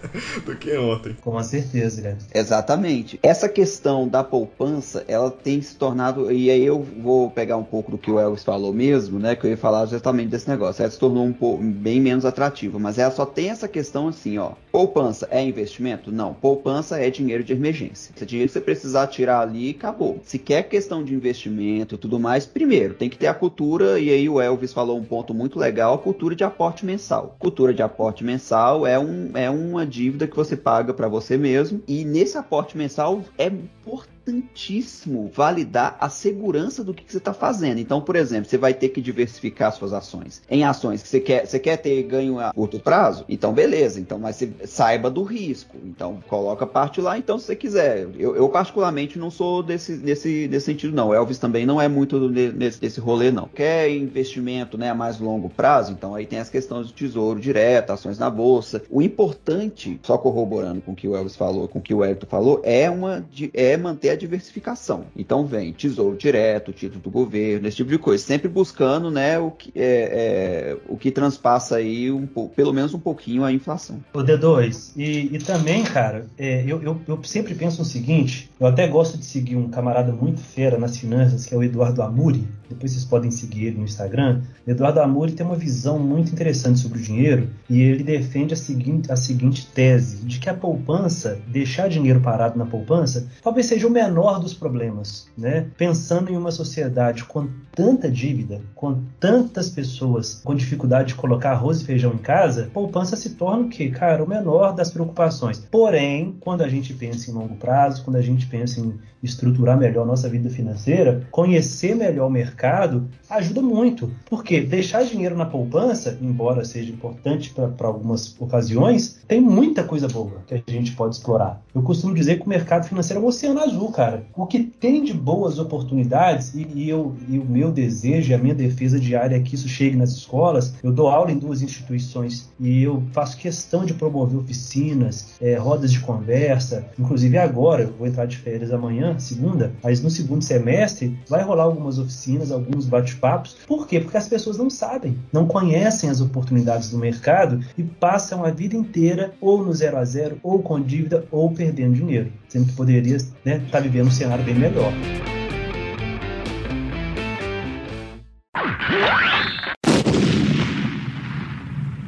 do que ontem. Com certeza, né? Exatamente. Essa questão da poupança, ela tem se tornado, e aí eu vou pegar um pouco do que o Elvis falou mesmo, né, que eu ia falar exatamente desse negócio. Ela se tornou um pouco bem menos atrativa, mas ela só tem essa questão assim, ó. Poupança é investimento? Não. Poupança é dinheiro de emergência. Se dinheiro que você precisar tirar ali, acabou. Se quer questão de investimento e tudo mais, primeiro, tem que ter a cultura, e aí o Elvis falou um ponto muito legal, a cultura de aporte mensal. Cultura de aporte mensal é, um, é uma dívida que você paga para você mesmo, e nesse aporte mensal é importantíssimo validar a segurança do que, que você está fazendo. Então, por exemplo, você vai ter que diversificar suas ações. Em ações que você quer, você quer ter ganho a curto prazo? Então, beleza. Então, mas você saiba do risco. Então, coloca parte lá, então, se você quiser. Eu, eu particularmente, não sou desse, desse, desse sentido, não. O Elvis também não é muito desse, desse rolê, não. Quer investimento, né, a mais longo prazo? Então, aí tem as questões de tesouro direto, ações na bolsa. O importante, só corroborando com o que o Elvis falou, com o que o Hector falou, é, uma, é manter a diversificação. Então vem tesouro direto, título do governo, esse tipo de coisa, sempre buscando, né, o que, é, é, o que transpassa aí um pouco, pelo menos um pouquinho a inflação. O D dois, e, e também, cara, é, eu, eu, eu sempre penso o seguinte, eu até gosto de seguir um camarada muito fera nas finanças, que é o Eduardo Amuri, depois vocês podem seguir ele no Instagram. O Eduardo Amuri tem uma visão muito interessante sobre o dinheiro e ele defende a seguinte, a seguinte tese, de que a poupança, deixar dinheiro parado na poupança, talvez seja o menor dos problemas, né? Pensando em uma sociedade com tanta dívida, com tantas pessoas com dificuldade de colocar arroz e feijão em casa, poupança se torna o quê? Cara, o menor das preocupações. Porém, quando a gente pensa em longo prazo, quando a gente pensa em estruturar melhor nossa vida financeira, conhecer melhor o mercado ajuda muito. Porque deixar dinheiro na poupança, embora seja importante para algumas ocasiões, tem muita coisa boa que a gente pode explorar. Eu costumo dizer que o mercado financeiro é um oceano azul, cara. O que tem de boas oportunidades, e, e, eu, e o meu desejo e a minha defesa diária é que isso chegue nas escolas. Eu dou aula em duas instituições e eu faço questão de promover oficinas, é, rodas de conversa. Inclusive agora, eu vou entrar de férias amanhã, segunda, mas no segundo semestre vai rolar algumas oficinas, alguns bate-papos. Por quê? Porque as pessoas não sabem, não conhecem as oportunidades do mercado e passam a vida inteira ou no zero a zero, ou com dívida, ou perdendo dinheiro, sendo que poderia, né, estar vivendo um cenário bem melhor.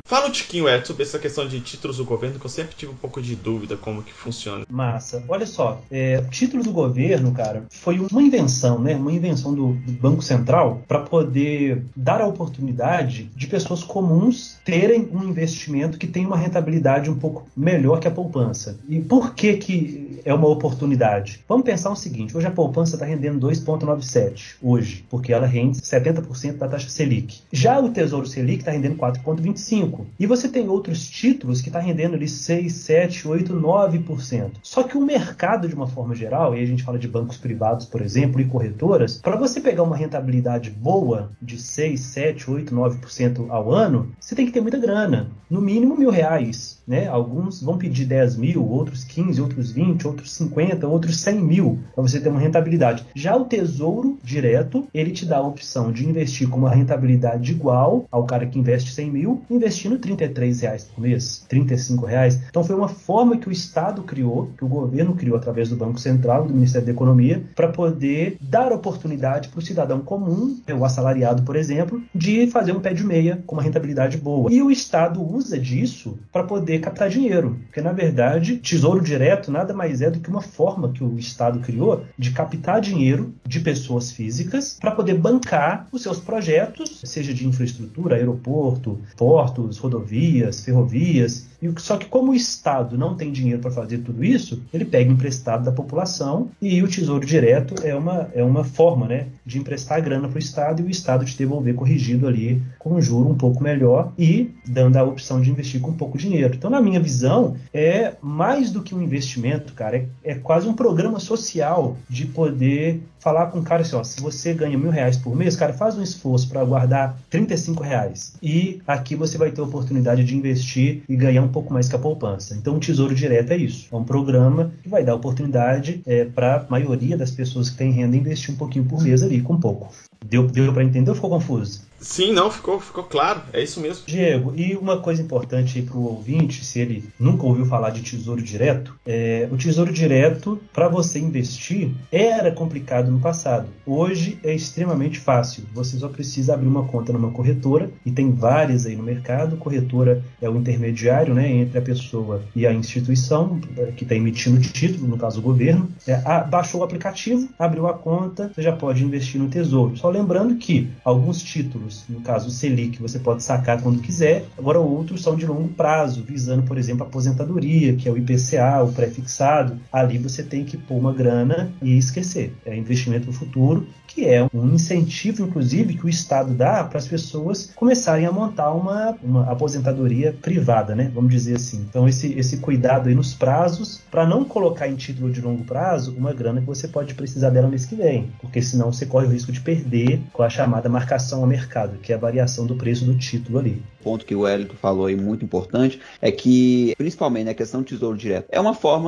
Fala um tiquinho, Ed, sobre essa questão de títulos do governo, que eu sempre tive um pouco de dúvida como que funciona. Massa. Olha só, é, o título do governo, cara, foi uma invenção, né? Uma invenção do, do Banco Central para poder dar a oportunidade de pessoas comuns terem um investimento que tem uma rentabilidade um pouco melhor que a poupança. E por que que é uma oportunidade? Vamos pensar o seguinte, hoje a poupança está rendendo dois vírgula noventa e sete, hoje, porque ela rende setenta por cento da taxa Selic. Já o Tesouro Selic está rendendo quatro vírgula vinte e cinco. E você tem outros títulos que estão tá rendendo ali seis, sete, oito, nove por cento. Só que o mercado, de uma forma geral, e a gente fala de bancos privados, por exemplo, e corretoras, para você pegar uma rentabilidade boa de seis, sete, oito, nove por cento ao ano, você tem que ter muita grana. No mínimo mil reais. Né? Alguns vão pedir dez mil, outros quinze, outros vinte, outros cinquenta, outros cem mil para você ter uma rentabilidade. Já o Tesouro Direto, ele te dá a opção de investir com uma rentabilidade igual ao cara que investe cem mil, investindo trinta e três reais por mês, trinta e cinco reais. Então foi uma forma que o Estado criou, que o governo criou através do Banco Central, do Ministério da Economia, para poder dar oportunidade para o cidadão comum, o assalariado, por exemplo, de fazer um pé de meia com uma rentabilidade boa. E o Estado usa disso para poder captar dinheiro, porque na verdade Tesouro Direto nada mais é do que uma forma que o Estado criou de captar dinheiro de pessoas físicas para poder bancar os seus projetos, seja de infraestrutura, aeroporto, portos, rodovias, ferrovias. E só que como o Estado não tem dinheiro para fazer tudo isso, ele pega emprestado da população e o Tesouro Direto é uma, é uma forma, né, de emprestar grana para o Estado e o Estado te devolver corrigido ali com um juro um pouco melhor e dando a opção de investir com pouco dinheiro. Então, na minha visão, é mais do que um investimento, cara, é, é quase um programa social de poder falar com o cara assim, ó, se você ganha mil reais por mês, cara, faz um esforço para guardar trinta e cinco reais. E aqui você vai ter a oportunidade de investir e ganhar um pouco mais que a poupança. Então, o Tesouro Direto é isso. É um programa que vai dar oportunidade é, para a maioria das pessoas que têm renda investir um pouquinho por mês ali, com pouco. Deu, deu para entender ou ficou confuso? Sim, não, ficou, ficou claro, é isso mesmo. Diego, e uma coisa importante aí para o ouvinte, se ele nunca ouviu falar de Tesouro Direto, é, o Tesouro Direto, para você investir, era complicado no passado. Hoje é extremamente fácil. Você só precisa abrir uma conta numa corretora, e tem várias aí no mercado. Corretora é o intermediário, né, entre a pessoa e a instituição que está emitindo o título, no caso o governo. É, a, baixou o aplicativo, abriu a conta, você já pode investir no Tesouro. Só lembrando que alguns títulos, no caso o Selic, você pode sacar quando quiser, agora outros são de longo prazo, visando, por exemplo, a aposentadoria, que é o I P C A, o pré-fixado. Ali você tem que pôr uma grana e esquecer. É investimento no futuro, que é um incentivo, inclusive, que o Estado dá para as pessoas começarem a montar uma, uma aposentadoria privada, né? Vamos dizer assim. Então, esse, esse cuidado aí nos prazos, para não colocar em título de longo prazo uma grana que você pode precisar dela mês que vem, porque senão você corre o risco de perder com a chamada marcação a mercado, que é a variação do preço do título ali. O ponto que o Wellington falou aí, muito importante, é que, principalmente na questão do Tesouro Direto, é uma forma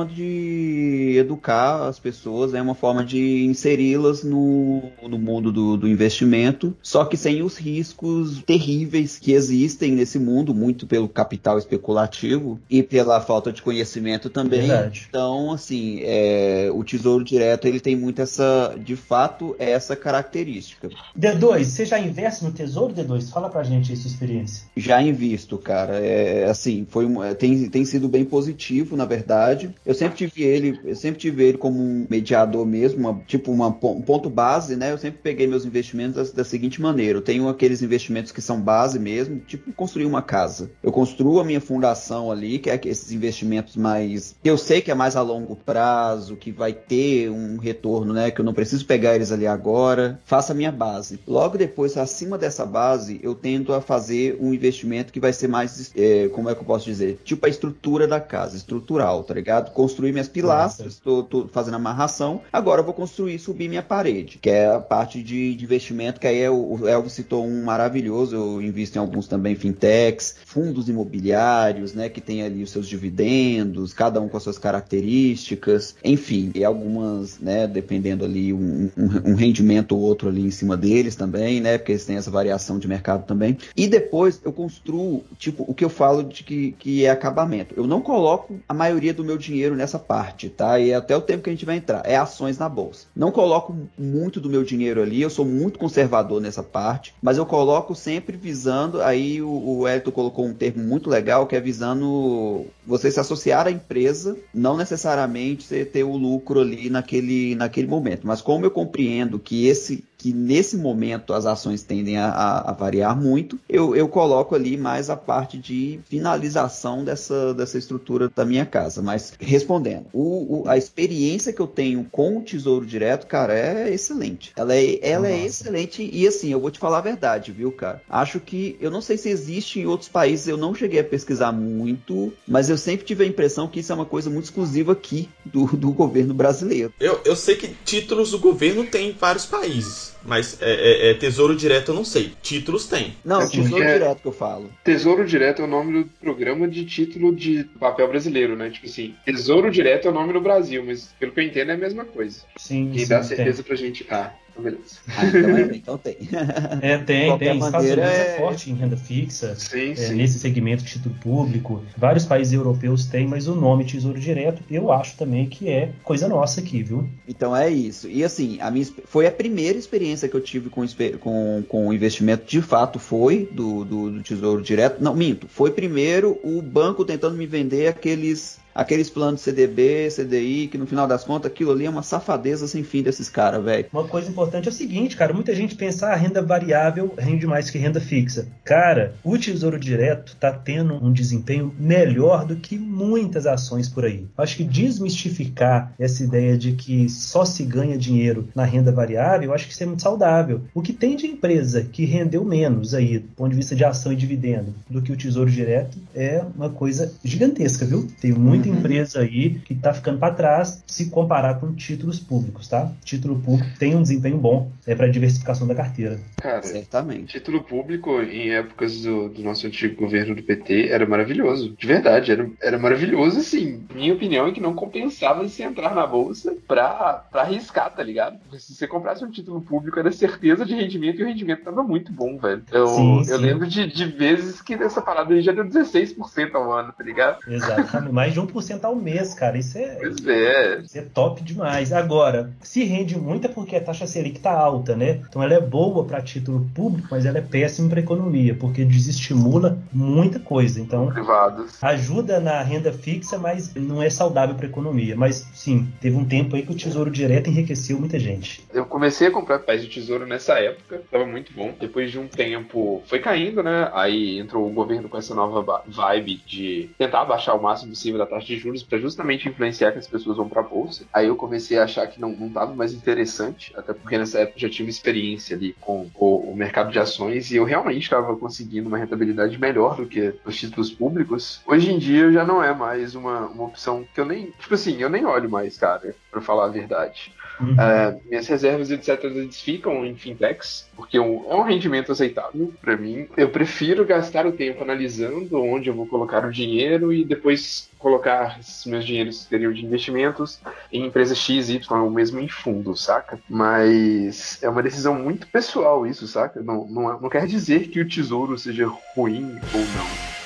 de educar as pessoas, é uma forma de inseri-las no, no mundo do, do investimento, só que sem os riscos terríveis que existem nesse mundo, muito pelo capital especulativo e pela falta de conhecimento também. Verdade. Então, assim, é, o Tesouro Direto, ele tem muito essa, de fato, essa característica. D dois, você já investe no Tesouro, D dois? Fala pra gente aí sua experiência. Já invisto, cara. É, assim, foi um, tem, tem sido bem positivo, na verdade. Eu sempre tive ele, eu sempre tive ele como um mediador mesmo, uma, tipo uma, um ponto base, né? Eu sempre peguei meus investimentos da, da seguinte maneira. Eu tenho aqueles investimentos que são base mesmo, tipo construir uma casa. Eu construo a minha fundação ali, que é esses investimentos mais... que eu sei que é mais a longo prazo, que vai ter um retorno, né? Que eu não preciso pegar eles ali agora. Faço a minha base. Logo depois, acima dessa base, eu tento a fazer um investimento que vai ser mais, é, como é que eu posso dizer? Tipo a estrutura da casa, estrutural, tá ligado? Construir minhas pilastras, tô, tô fazendo amarração, agora eu vou construir e subir minha parede, que é a parte de, de investimento, que aí é o, o Elvis citou um maravilhoso, eu invisto em alguns também fintechs, fundos imobiliários, né, que tem ali os seus dividendos, cada um com as suas características, enfim, e algumas, né, dependendo ali, um, um, um rendimento ou outro ali em cima deles também, né, porque eles têm essa variação de mercado também, e depois eu construo, tipo, o que eu falo de que, que é acabamento. Eu não coloco a maioria do meu dinheiro nessa parte, tá? E até o tempo que a gente vai entrar. É ações na bolsa. Não coloco muito do meu dinheiro ali, eu sou muito conservador nessa parte, mas eu coloco sempre visando, aí o, o Elton colocou um termo muito legal, que é visando você se associar à empresa, não necessariamente você ter o lucro ali naquele, naquele momento. Mas como eu compreendo que esse que nesse momento as ações tendem a, a, a variar muito, eu, eu coloco ali mais a parte de finalização dessa, dessa estrutura da minha casa. Mas respondendo, o, o, a experiência que eu tenho com o Tesouro Direto, cara, é excelente. Ela é, ela é excelente e assim, eu vou te falar a verdade, viu, cara? Acho que, eu não sei se existe em outros países, eu não cheguei a pesquisar muito, mas eu sempre tive a impressão que isso é uma coisa muito exclusiva aqui do, do governo brasileiro. Eu, eu sei que títulos do governo tem em vários países. Mas é, é, é Tesouro Direto eu não sei. Títulos tem. Não, É Tesouro porque- Direto que eu falo. Tesouro Direto é o nome do programa de título de papel brasileiro, né? Tipo assim, Tesouro Direto é o nome no Brasil, mas pelo que eu entendo é a mesma coisa. Sim, Quem sim, dá tem. certeza pra gente. Ah, então beleza. Ah, então, é, então tem. É, De tem, qualquer tem. Estados maneira, Unidos é... é- forte em renda fixa, Sim, é, sim. nesse segmento de título público. Vários países europeus têm, mas o nome Tesouro Direto, eu acho também que é coisa nossa aqui, viu? Então é isso. E assim, a minha, exp- foi a primeira experiência que eu tive com, espe- com, com o investimento, de fato foi do, do, do Tesouro Direto. Não, minto. Foi primeiro o banco tentando me vender aqueles, aqueles planos C D B, C D I, que no final das contas aquilo ali é uma safadeza sem fim desses caras, velho. Uma coisa importante é o seguinte, cara, muita gente pensa a renda variável rende mais que renda fixa. Cara, o Tesouro Direto tá tendo um desempenho melhor do que muitas ações por aí. Acho que desmistificar essa ideia de que só se ganha dinheiro na renda variável, eu acho que isso é muito saudável. O que tem de empresa que rendeu menos aí, do ponto de vista de ação e dividendo, do que o Tesouro Direto, é uma coisa gigantesca, viu? Tem muita Uhum. empresa aí que tá ficando para trás se comparar com títulos públicos, tá? Título público tem um desempenho bom, é para diversificação da carteira. Cara, Certamente. título público em épocas do, do nosso antigo governo do P T era maravilhoso. De verdade, era, era maravilhoso, assim. Minha opinião é que não compensava se entrar na bolsa pra, pra arriscar, tá ligado? Porque se você comprasse um título público, era certeza de rendimento e o rendimento tava muito bom, velho. Eu, Sim, eu sim. lembro de, de vezes que essa parada aí já deu dezesseis por cento ao ano, tá ligado? Exatamente, mais de um por cento ao mês, cara. Isso é, Pois é. isso é top demais. Agora, se rende muito é porque a taxa Selic tá alta, né? Então ela é boa para título público, mas ela é péssima para economia, porque desestimula muita coisa. Então, Privados. ajuda na renda fixa, mas não é saudável para a economia. Mas sim, teve um tempo aí que o Tesouro Direto enriqueceu muita gente. Eu comecei a comprar papéis de tesouro nessa época, tava muito bom. Depois de um tempo foi caindo, né? Aí entrou o governo com essa nova ba- vibe de tentar baixar o máximo possível da taxa de juros para justamente influenciar que as pessoas vão pra bolsa. Aí eu comecei a achar que não, não tava mais interessante, até porque nessa época eu já tive experiência ali com o, o mercado de ações e eu realmente estava conseguindo uma rentabilidade melhor do que os títulos públicos. Hoje em dia já não é mais uma, uma opção que eu nem, tipo assim, eu nem olho mais, cara, pra falar a verdade. Uhum. Uh, minhas reservas, etcétera, eles ficam em fintechs, porque é um, é um rendimento aceitável para mim. Eu prefiro gastar o tempo analisando onde eu vou colocar o dinheiro e depois colocar esses meus dinheiros que teriam de investimentos em empresa X, Y, ou mesmo em fundo, saca? Mas é uma decisão muito pessoal isso, saca? Não, não, não quer dizer que o tesouro seja ruim ou não.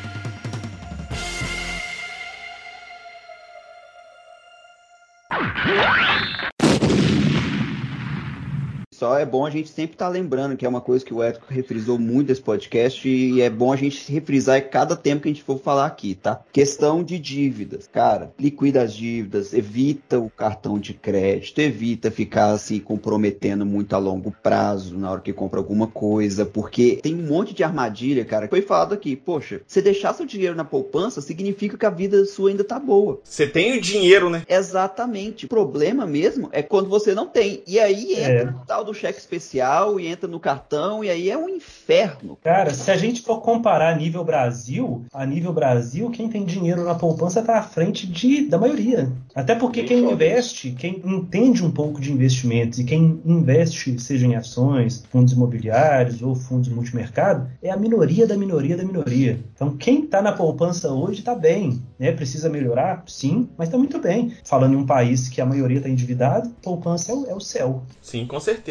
Só é bom a gente sempre estar lembrando que é uma coisa que o Edson refrisou muito nesse podcast e é bom a gente refrisar em cada tempo que a gente for falar aqui, tá? Questão de dívidas. Cara, liquida as dívidas, evita o cartão de crédito, evita ficar se comprometendo muito a longo prazo na hora que compra alguma coisa, porque tem um monte de armadilha, cara. Foi falado aqui, poxa, você deixar seu dinheiro na poupança significa que a vida sua ainda tá boa. Você tem o dinheiro, né? Exatamente. O problema mesmo é quando você não tem. E aí entra É. no tal do cheque especial e entra no cartão e aí é um inferno. Cara, se a gente for comparar a nível Brasil, a nível Brasil, quem tem dinheiro na poupança tá à frente de, da maioria. Até porque Bem quem foda investe, quem entende um pouco de investimentos e quem investe, seja em ações, fundos imobiliários ou fundos multimercado, é a minoria da minoria da minoria. Então quem tá na poupança hoje tá bem, né? Precisa melhorar? Sim, mas tá muito bem. Falando em um país que a maioria tá endividado, poupança é o, é o céu. Sim, com certeza.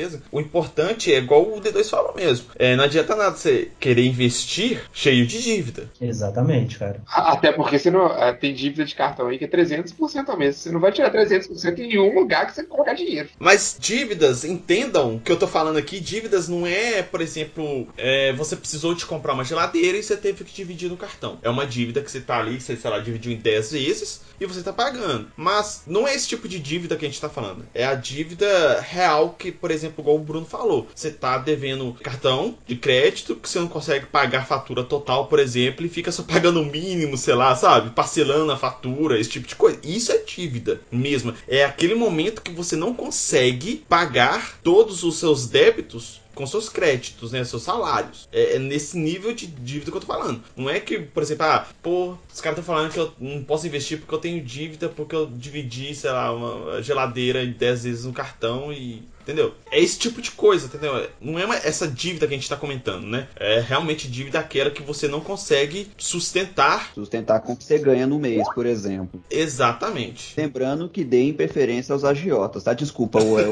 certeza. O importante é igual o D dois falou mesmo. É, não adianta nada você querer investir cheio de dívida. Exatamente, cara. Até porque você não, tem dívida de cartão aí que é trezentos por cento ao mês. Você não vai tirar trezentos por cento em nenhum lugar que você colocar dinheiro. Mas dívidas, entendam o que eu tô falando aqui, dívidas não é, por exemplo, é, você precisou de comprar uma geladeira e você teve que dividir no cartão. É uma dívida que você tá ali, você, sei lá, dividiu em dez vezes e você tá pagando. Mas não é esse tipo de dívida que a gente tá falando. É a dívida real que, por exemplo, igual o Bruno falou, você tá devendo cartão de crédito que você não consegue pagar a fatura total, por exemplo, e fica só pagando o mínimo, sei lá, sabe? Parcelando a fatura, esse tipo de coisa. Isso é dívida mesmo. É aquele momento que você não consegue pagar todos os seus débitos com seus créditos, né, seus salários. É, é nesse nível de dívida que eu tô falando. Não é que, por exemplo, ah, pô, os caras estão falando que eu não posso investir porque eu tenho dívida, porque eu dividi, sei lá, uma geladeira dez vezes no cartão e... Entendeu? É esse tipo de coisa, entendeu? Não é uma, essa dívida que a gente tá comentando, né? É realmente dívida aquela que você não consegue sustentar. Sustentar com o que você ganha no mês, por exemplo. Exatamente. Lembrando que deem preferência aos agiotas, tá? Desculpa, o, o,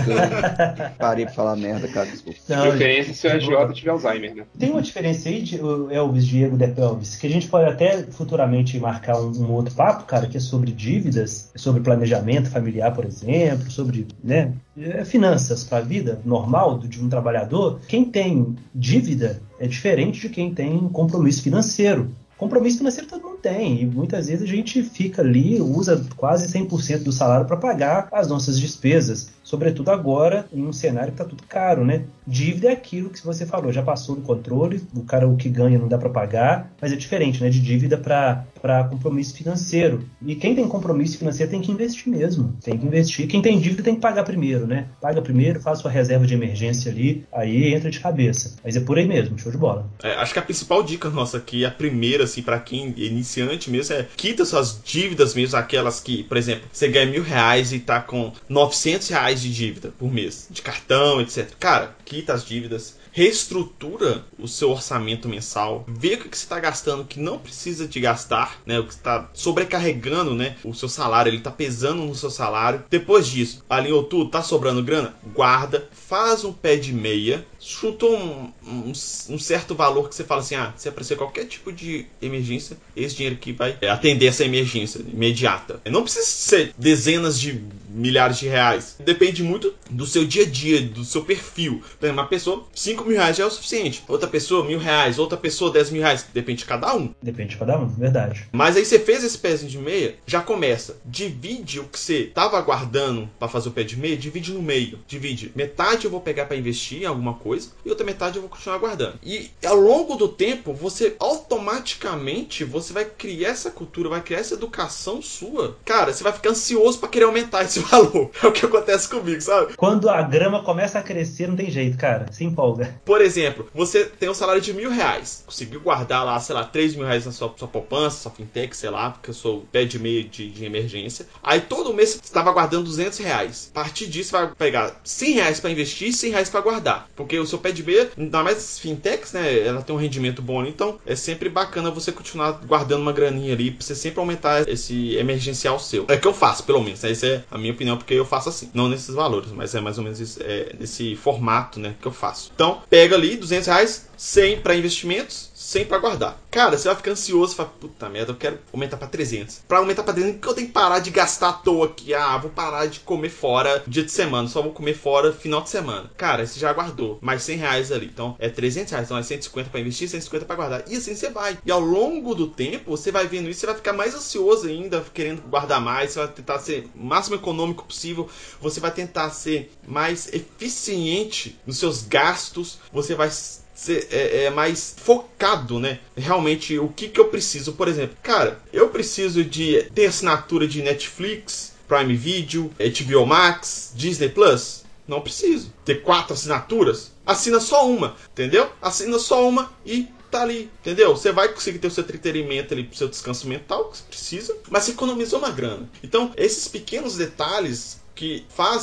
o parei pra falar merda, cara, desculpa. Não, preferência se o agiota tiver Alzheimer, né? Tem uma diferença aí, de, Elvis, Diego, de Elvis, que a gente pode até futuramente marcar um, um outro papo, cara, que é sobre dívidas, sobre planejamento familiar, por exemplo, sobre, né, finanças para a vida normal de um trabalhador. Quem tem dívida é diferente de quem tem compromisso financeiro. Compromisso financeiro todo mundo tem, e muitas vezes a gente fica ali, usa quase cem por cento do salário para pagar as nossas despesas, sobretudo agora em um cenário que está tudo caro, né? Dívida é aquilo que você falou, já passou do controle, o cara o que ganha não dá para pagar, mas é diferente, né? De dívida para compromisso financeiro. E quem tem compromisso financeiro tem que investir mesmo, tem que investir. Quem tem dívida tem que pagar primeiro, né? Paga primeiro, faz sua reserva de emergência ali, aí entra de cabeça. Mas é por aí mesmo, show de bola. É, acho que a principal dica nossa aqui, a primeira, assim, para quem é iniciante mesmo, é quita suas dívidas mesmo, aquelas que, por exemplo, você ganha mil reais e tá com novecentos reais de dívida por mês, de cartão, etcétera. Cara, quita as dívidas, reestrutura o seu orçamento mensal, vê o que você está gastando que não precisa de gastar, né? O que está sobrecarregando, né? O seu salário, ele está pesando no seu salário. Depois disso, alinhou tudo, tá sobrando grana? Guarda, faz um pé de meia, chuta um, um, um certo valor que você fala assim, ah, se aparecer qualquer tipo de emergência, esse dinheiro aqui vai atender essa emergência imediata. Não precisa ser dezenas de milhares de reais. Depende muito do seu dia a dia, do seu perfil. Por exemplo, uma pessoa, cinco mil reais já é o suficiente. Outra pessoa, mil reais. Outra pessoa, dez mil reais. Depende de cada um. Depende de cada um, verdade. Mas aí você fez esse pezinho de meia, já começa. Divide o que você estava guardando para fazer o pé de meia, divide no meio. Divide. Metade eu vou pegar para investir em alguma coisa e outra metade eu vou continuar guardando. E ao longo do tempo, você automaticamente você vai criar essa cultura, vai criar essa educação sua. Cara, você vai ficar ansioso para querer aumentar esse valor. É o que acontece comigo, sabe? Quando a grama começa a crescer, não tem jeito, cara. Se empolga. Por exemplo, você tem um salário de mil reais. Conseguiu guardar lá, sei lá, três mil reais na sua, sua poupança, sua fintech, sei lá, porque eu sou pé de meia de, de emergência. Aí todo mês você estava guardando duzentos reais. A partir disso, você vai pegar cem reais para investir e cem reais para guardar. Porque o seu pé de meia, ainda mais fintechs, né? Ela tem um rendimento bom, então é sempre bacana você continuar guardando uma graninha ali pra você sempre aumentar esse emergencial seu. É o que eu faço, pelo menos. Essa é a minha opinião, porque eu faço assim. Não nesses valores, mas é mais ou menos isso, é, nesse formato, né, que eu faço. Então, pega ali duzentos reais, cem para investimentos, cem para guardar. Cara, você vai ficar ansioso, fala, puta merda, eu quero aumentar para trezentos. Para aumentar para trezentos, que eu tenho que parar de gastar à toa aqui. Ah, vou parar de comer fora dia de semana, só vou comer fora final de semana. Cara, você já guardou mais cem reais ali. Então, é trezentos reais, então é cento e cinquenta para investir, cento e cinquenta para guardar. E assim você vai. E ao longo do tempo, você vai vendo isso, você vai ficar mais ansioso ainda, querendo guardar mais, você vai tentar ser o máximo econômico possível, você vai tentar ser mais eficiente nos seus gastos, você vai ser é, é, mais focado, né? Realmente, o que, que eu preciso? Por exemplo, cara, eu preciso de ter assinatura de Netflix, Prime Video, H B O Max, Disney Plus? Não preciso. Ter quatro assinaturas? Assina só uma, entendeu? Assina só uma e tá ali, entendeu? Você vai conseguir ter o seu entretenimento ali, pro seu descanso mental, que você precisa, mas você economizou uma grana. Então, esses pequenos detalhes que faz... que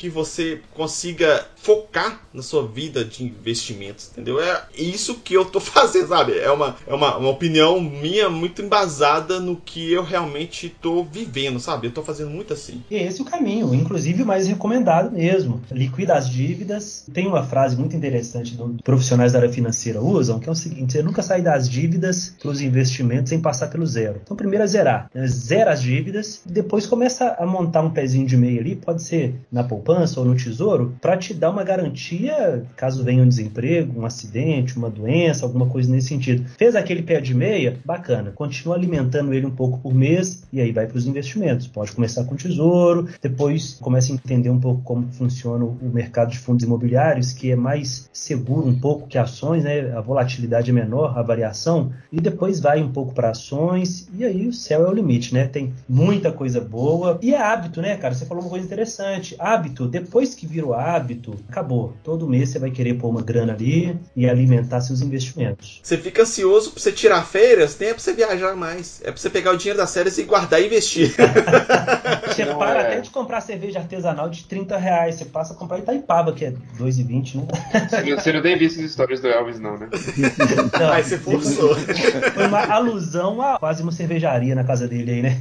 que você consiga focar na sua vida de investimentos, entendeu? É isso que eu tô fazendo, sabe? É uma, é uma, uma opinião minha muito embasada no que eu realmente tô vivendo, sabe? Eu tô fazendo muito assim. E esse é o caminho, inclusive o mais recomendado mesmo. Liquida as dívidas. Tem uma frase muito interessante que profissionais da área financeira usam, que é o seguinte: você nunca sai das dívidas para os investimentos sem passar pelo zero. Então primeiro é zerar, né? Zera as dívidas e depois começa a montar um pezinho de meia ali, pode ser na poupança ou no tesouro, para te dar uma garantia caso venha um desemprego, um acidente, uma doença, alguma coisa nesse sentido. Fez aquele pé de meia? Bacana. Continua alimentando ele um pouco por mês e aí vai para os investimentos. Pode começar com tesouro, depois começa a entender um pouco como funciona o mercado de fundos imobiliários, que é mais seguro um pouco que ações, né? A volatilidade é menor, a variação, e depois vai um pouco para ações, e aí o céu é o limite, né? Tem muita coisa boa, e é hábito, né, cara? Você falou uma coisa interessante, hábito, depois que virou hábito, acabou. Todo mês você vai querer pôr uma grana ali e alimentar seus investimentos. Você fica ansioso pra você tirar férias, nem é pra você viajar mais, é pra você pegar o dinheiro das férias e guardar e investir. Você Não para é. até de comprar cerveja artesanal de trinta reais, você passa a comprar Itaipava, que é dois e vinte, né? Você não, você não tem visto as histórias do Elvis, não, né? Não, Aí você forçou. foi uma alusão a quase uma cervejaria na casa dele aí, né?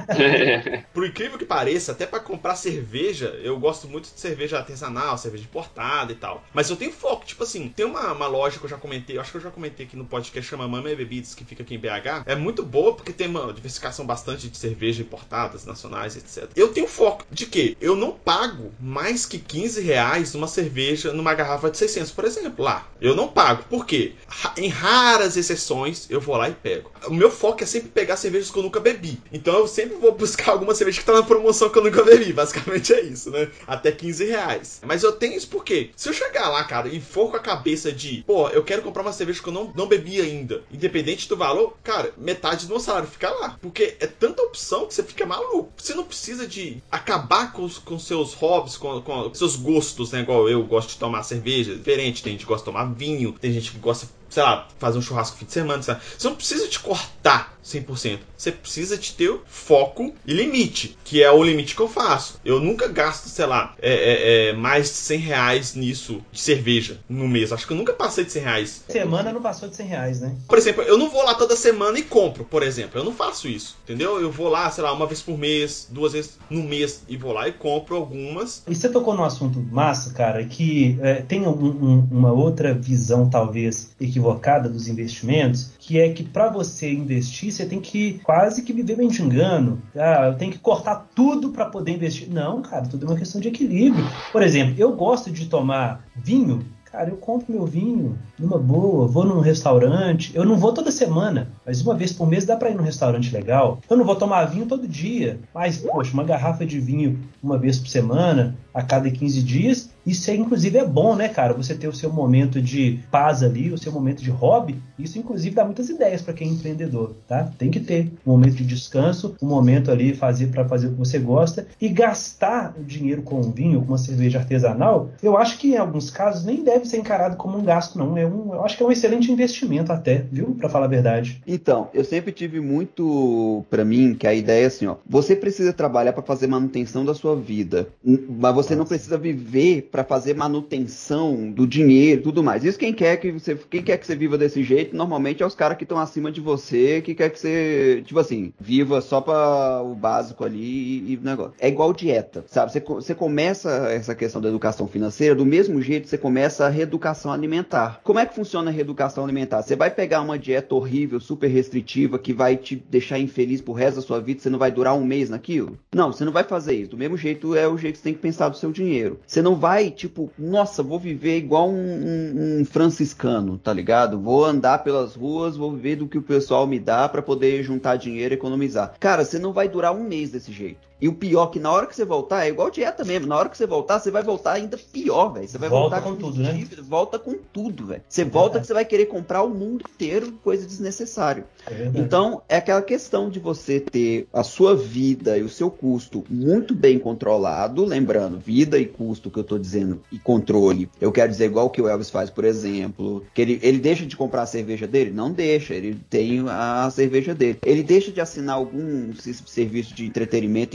Por incrível que pareça, até pra comprar cerveja, eu gosto muito de cerveja artesanal, cerveja importada e tal. Mas eu tenho foco, tipo assim, tem uma, uma loja que eu já comentei, eu acho que eu já comentei aqui no podcast, chama Mama Bebidas, que fica aqui em B H. É muito boa porque tem uma diversificação bastante de cerveja importadas, nacionais, etcétera. Eu tenho foco de quê? Eu não pago mais que quinze reais numa cerveja, numa garrafa de seiscentos, por exemplo, lá. Eu não pago. Por quê? Em raras exceções, eu vou lá e pego. O meu foco é sempre pegar cervejas que eu nunca bebi. Então eu sempre vou buscar alguma cerveja que tá na promoção que eu nunca bebi. Basicamente é isso, né? Até quinze reais. Mas eu tenho isso porque se eu chegar lá, cara, e for com a cabeça de, pô, eu quero comprar uma cerveja que eu não, não bebi ainda, independente do valor, cara, metade do meu salário fica lá. Porque é tanta opção que você fica maluco. Você não precisa de acabar com os com seus hobbies, com, com seus gostos, né? Igual eu gosto de tomar cerveja, diferente. Tem gente que gosta de tomar vinho, tem gente que gosta, sei lá, fazer um churrasco no fim de semana, sabe? Você não precisa de cortar cem por cento. Você precisa de ter foco e limite, que é o limite que eu faço. Eu nunca gasto, sei lá, é, é, é, mais de cem reais nisso de cerveja no mês. Acho que eu nunca passei de cem reais. Semana não passou de cem reais, né? Por exemplo, eu não vou lá toda semana e compro, por exemplo. Eu não faço isso, entendeu? Eu vou lá, sei lá, uma vez por mês, duas vezes no mês, e vou lá e compro algumas. E você tocou num assunto massa, cara, que é, tem um, um, uma outra visão, talvez, equivocada dos investimentos, que é que para você investir, você tem que quase que viver mendigando. Ah, eu tenho que cortar tudo para poder investir. Não, cara, tudo é uma questão de equilíbrio. Por exemplo, eu gosto de tomar vinho. Cara, eu compro meu vinho numa boa, vou num restaurante. Eu não vou toda semana, mas uma vez por mês dá pra ir num restaurante legal. Eu não vou tomar vinho todo dia, mas, poxa, uma garrafa de vinho uma vez por semana, a cada quinze dias, isso é, inclusive, é bom, né, cara? Você ter o seu momento de paz ali, o seu momento de hobby, isso, inclusive, dá muitas ideias pra quem é empreendedor, tá? Tem que ter um momento de descanso, um momento ali fazer para fazer o que você gosta, e gastar o dinheiro com um vinho, com uma cerveja artesanal, eu acho que, em alguns casos, nem deve ser encarado como um gasto, não. É um, eu acho que é um excelente investimento até, viu? Pra falar a verdade. Então, eu sempre tive muito pra mim que a ideia é assim, ó, você precisa trabalhar pra fazer manutenção da sua vida, mas você Nossa. não precisa viver pra fazer manutenção do dinheiro e tudo mais. Isso quem quer que você, quem quer que você viva desse jeito, normalmente é os caras que estão acima de você, que quer que você, tipo assim, viva só pra o básico ali e o negócio. É igual dieta, sabe? Você, você começa essa questão da educação financeira do mesmo jeito que você começa a reeducação alimentar. Como é que funciona a reeducação alimentar? Você vai pegar uma dieta horrível, super restritiva, que vai te deixar infeliz pro resto da sua vida, você não vai durar um mês naquilo? Não, você não vai fazer isso. Do mesmo jeito é o jeito que você tem que pensar do seu dinheiro. Você não vai, tipo, nossa, vou viver igual um, um, um franciscano, tá ligado? Vou andar pelas ruas, vou viver do que o pessoal me dá pra poder juntar dinheiro e economizar. Cara, você não vai durar um mês desse jeito. E o pior que na hora que você voltar, é igual dieta mesmo, na hora que você voltar, você vai voltar ainda pior, velho. Você vai volta voltar com, com tudo, dívida, né? Volta com tudo, velho. Você é volta que você vai querer comprar o mundo inteiro, coisa desnecessária. É então, é aquela questão de você ter a sua vida e o seu custo muito bem controlado, lembrando, vida e custo que eu tô dizendo, e controle, eu quero dizer igual o que o Elvis faz, por exemplo, que ele, ele deixa de comprar a cerveja dele? Não deixa, ele tem a cerveja dele. Ele deixa de assinar algum serviço de entretenimento e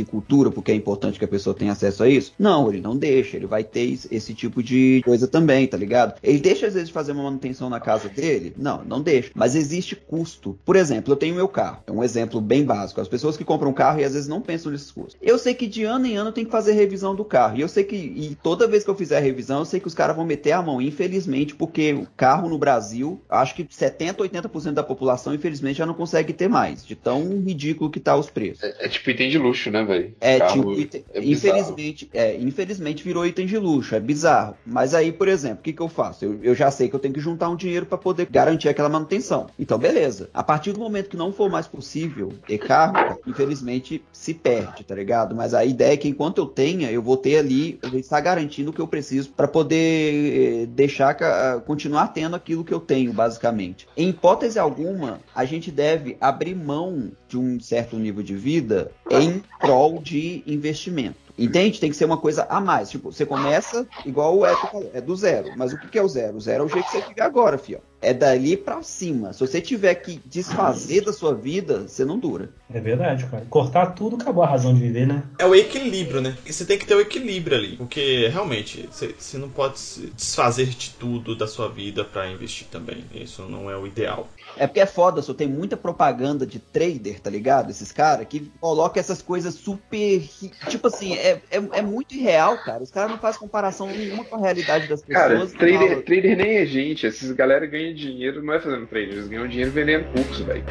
cultura, porque é importante que a pessoa tenha acesso a isso? Não, ele não deixa, ele vai ter esse tipo de coisa também, tá ligado? Ele deixa às vezes de fazer uma manutenção na casa dele? Não, não deixa. Mas existe custo. Por exemplo, eu tenho meu carro, é um exemplo bem básico. As pessoas que compram carro e às vezes não pensam nesses custos. Eu sei que de ano em ano eu tenho que fazer revisão do carro, e eu sei que, e toda vez que eu fizer a revisão, eu sei que os caras vão meter a mão, infelizmente, porque o carro no Brasil, acho que setenta, oitenta por cento da população, infelizmente, já não consegue ter mais, de tão ridículo que tá os preços. É, é tipo item de luxo, né, velho? É Carro tipo, item, é infelizmente, é, infelizmente virou item de luxo, é bizarro. Mas aí, por exemplo, o que que eu faço? Eu, eu já sei que eu tenho que juntar um dinheiro para poder garantir aquela manutenção. Então, beleza. A partir do momento que não for mais possível ter carro, cara, infelizmente se perde, tá ligado? Mas a ideia é que enquanto eu tenha, eu vou ter ali, eu vou estar garantindo o que eu preciso para poder eh, deixar, uh, continuar tendo aquilo que eu tenho, basicamente. Em hipótese alguma, a gente deve abrir mão de um certo nível de vida em prol de investimento. Entende? Tem que ser uma coisa a mais. Tipo, você começa, igual o Eto falou, é do zero. Mas o que é o zero? O zero é o jeito que você vive agora, fio. É dali pra cima. Se você tiver que desfazer da sua vida, você não dura. É verdade, cara. Cortar tudo, acabou a razão de viver, né? É o equilíbrio, né? E você tem que ter o equilíbrio ali. Porque, realmente, você, você não pode se desfazer de tudo da sua vida pra investir também. Isso não é o ideal. É porque é foda, só tem muita propaganda de trader, tá ligado? Esses caras que colocam essas coisas super... Tipo assim, é, é, é muito irreal, cara. Os caras não fazem comparação nenhuma com a realidade das pessoas. Cara, trader, trader nem é gente. Essas galera ganham dinheiro, não é fazendo trader. Eles ganham dinheiro vendendo curso, velho.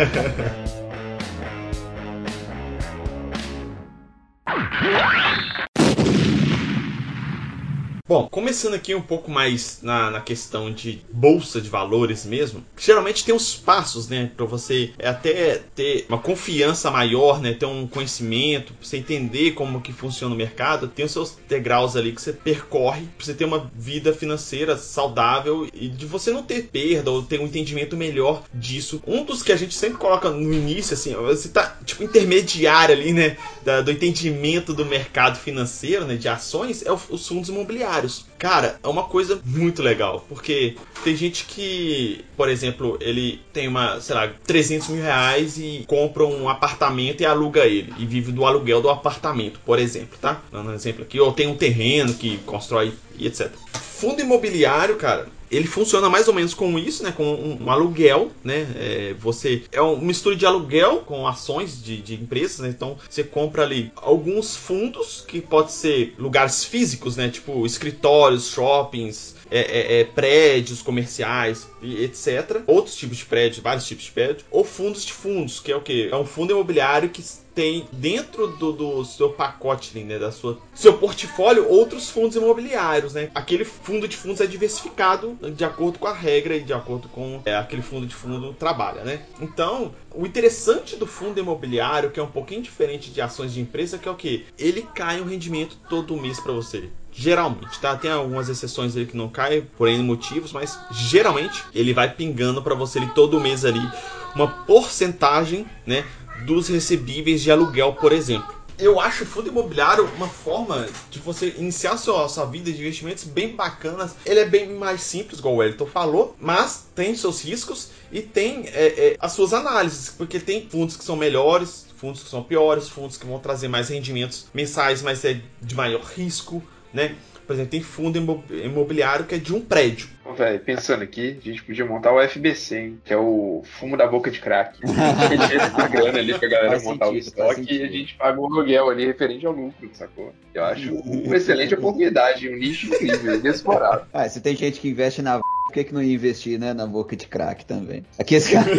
Bom, começando aqui um pouco mais na, na questão de bolsa de valores mesmo, geralmente tem os passos, né, para você até ter uma confiança maior, né, ter um conhecimento, pra você entender como que funciona o mercado, tem os seus degraus ali que você percorre para você ter uma vida financeira saudável e de você não ter perda ou ter um entendimento melhor disso. Um dos que a gente sempre coloca no início, assim, você tá tipo intermediário ali, né, da, do entendimento do mercado financeiro, né, de ações, é o, os fundos imobiliários. Cara, é uma coisa muito legal, porque tem gente que, por exemplo, ele tem uma, sei lá, trezentos mil reais e compra um apartamento e aluga ele, e vive do aluguel do apartamento, por exemplo, tá? Dando um exemplo aqui, ou tem um terreno que constrói e etcétera. Fundo imobiliário, cara, ele funciona mais ou menos com isso, né? Com um, um aluguel, né? É, você é uma mistura de aluguel com ações de, de empresas, né? Então você compra ali alguns fundos que pode ser lugares físicos, né? Tipo escritórios, shoppings, é, é, é, prédios comerciais, e etcétera. Outros tipos de prédios, vários tipos de prédios, ou fundos de fundos, que é o quê? É um fundo imobiliário que tem dentro do, do seu pacote, né, da sua seu portfólio, outros fundos imobiliários, né? Aquele fundo de fundos é diversificado de acordo com a regra e de acordo com é, aquele fundo de fundo trabalha, né? Então, o interessante do fundo imobiliário, que é um pouquinho diferente de ações de empresa, que é o quê? Ele cai um rendimento todo mês para você. Geralmente, tá? Tem algumas exceções ali que não caem por N motivos, mas geralmente ele vai pingando para você ali todo mês ali uma porcentagem, né, dos recebíveis de aluguel, por exemplo. Eu acho o fundo imobiliário uma forma de você iniciar a sua, a sua vida de investimentos bem bacanas. Ele é bem mais simples, igual o Wellington falou, mas tem seus riscos e tem é, é, as suas análises, porque tem fundos que são melhores, fundos que são piores, fundos que vão trazer mais rendimentos mensais, mas é de maior risco, né? Por exemplo, tem fundo imobiliário que é de um prédio. Véi, pensando aqui, a gente podia montar o F B C, hein? Que é o fumo da boca de crack. A gente essa grana ali pra galera Faz montar sentido, o estoque e a gente paga o aluguel ali referente ao lucro, sacou? Eu acho uma excelente oportunidade, um nicho incrível, inexplorado. Ah, se tem gente que investe na por que, que não ia investir, né, na boca de crack também? Aqui esse cara...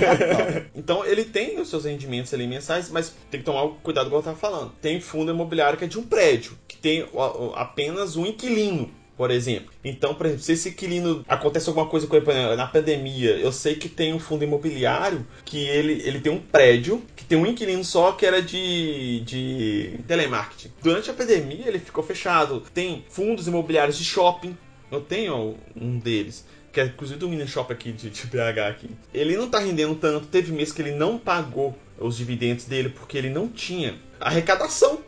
Então ele tem os seus rendimentos ali mensais, mas tem que tomar cuidado, igual eu estava falando. Tem fundo imobiliário que é de um prédio, que tem apenas um inquilino, por exemplo. Então, por exemplo, se esse inquilino acontece alguma coisa com ele na pandemia, eu sei que tem um fundo imobiliário que ele, ele tem um prédio que tem um inquilino só que era de, de telemarketing. Durante a pandemia ele ficou fechado. Tem fundos imobiliários de shopping. Eu tenho um deles, que é inclusive do mini shop aqui de, de B H aqui. Ele não tá rendendo tanto, teve mês que ele não pagou os dividendos dele porque ele não tinha arrecadação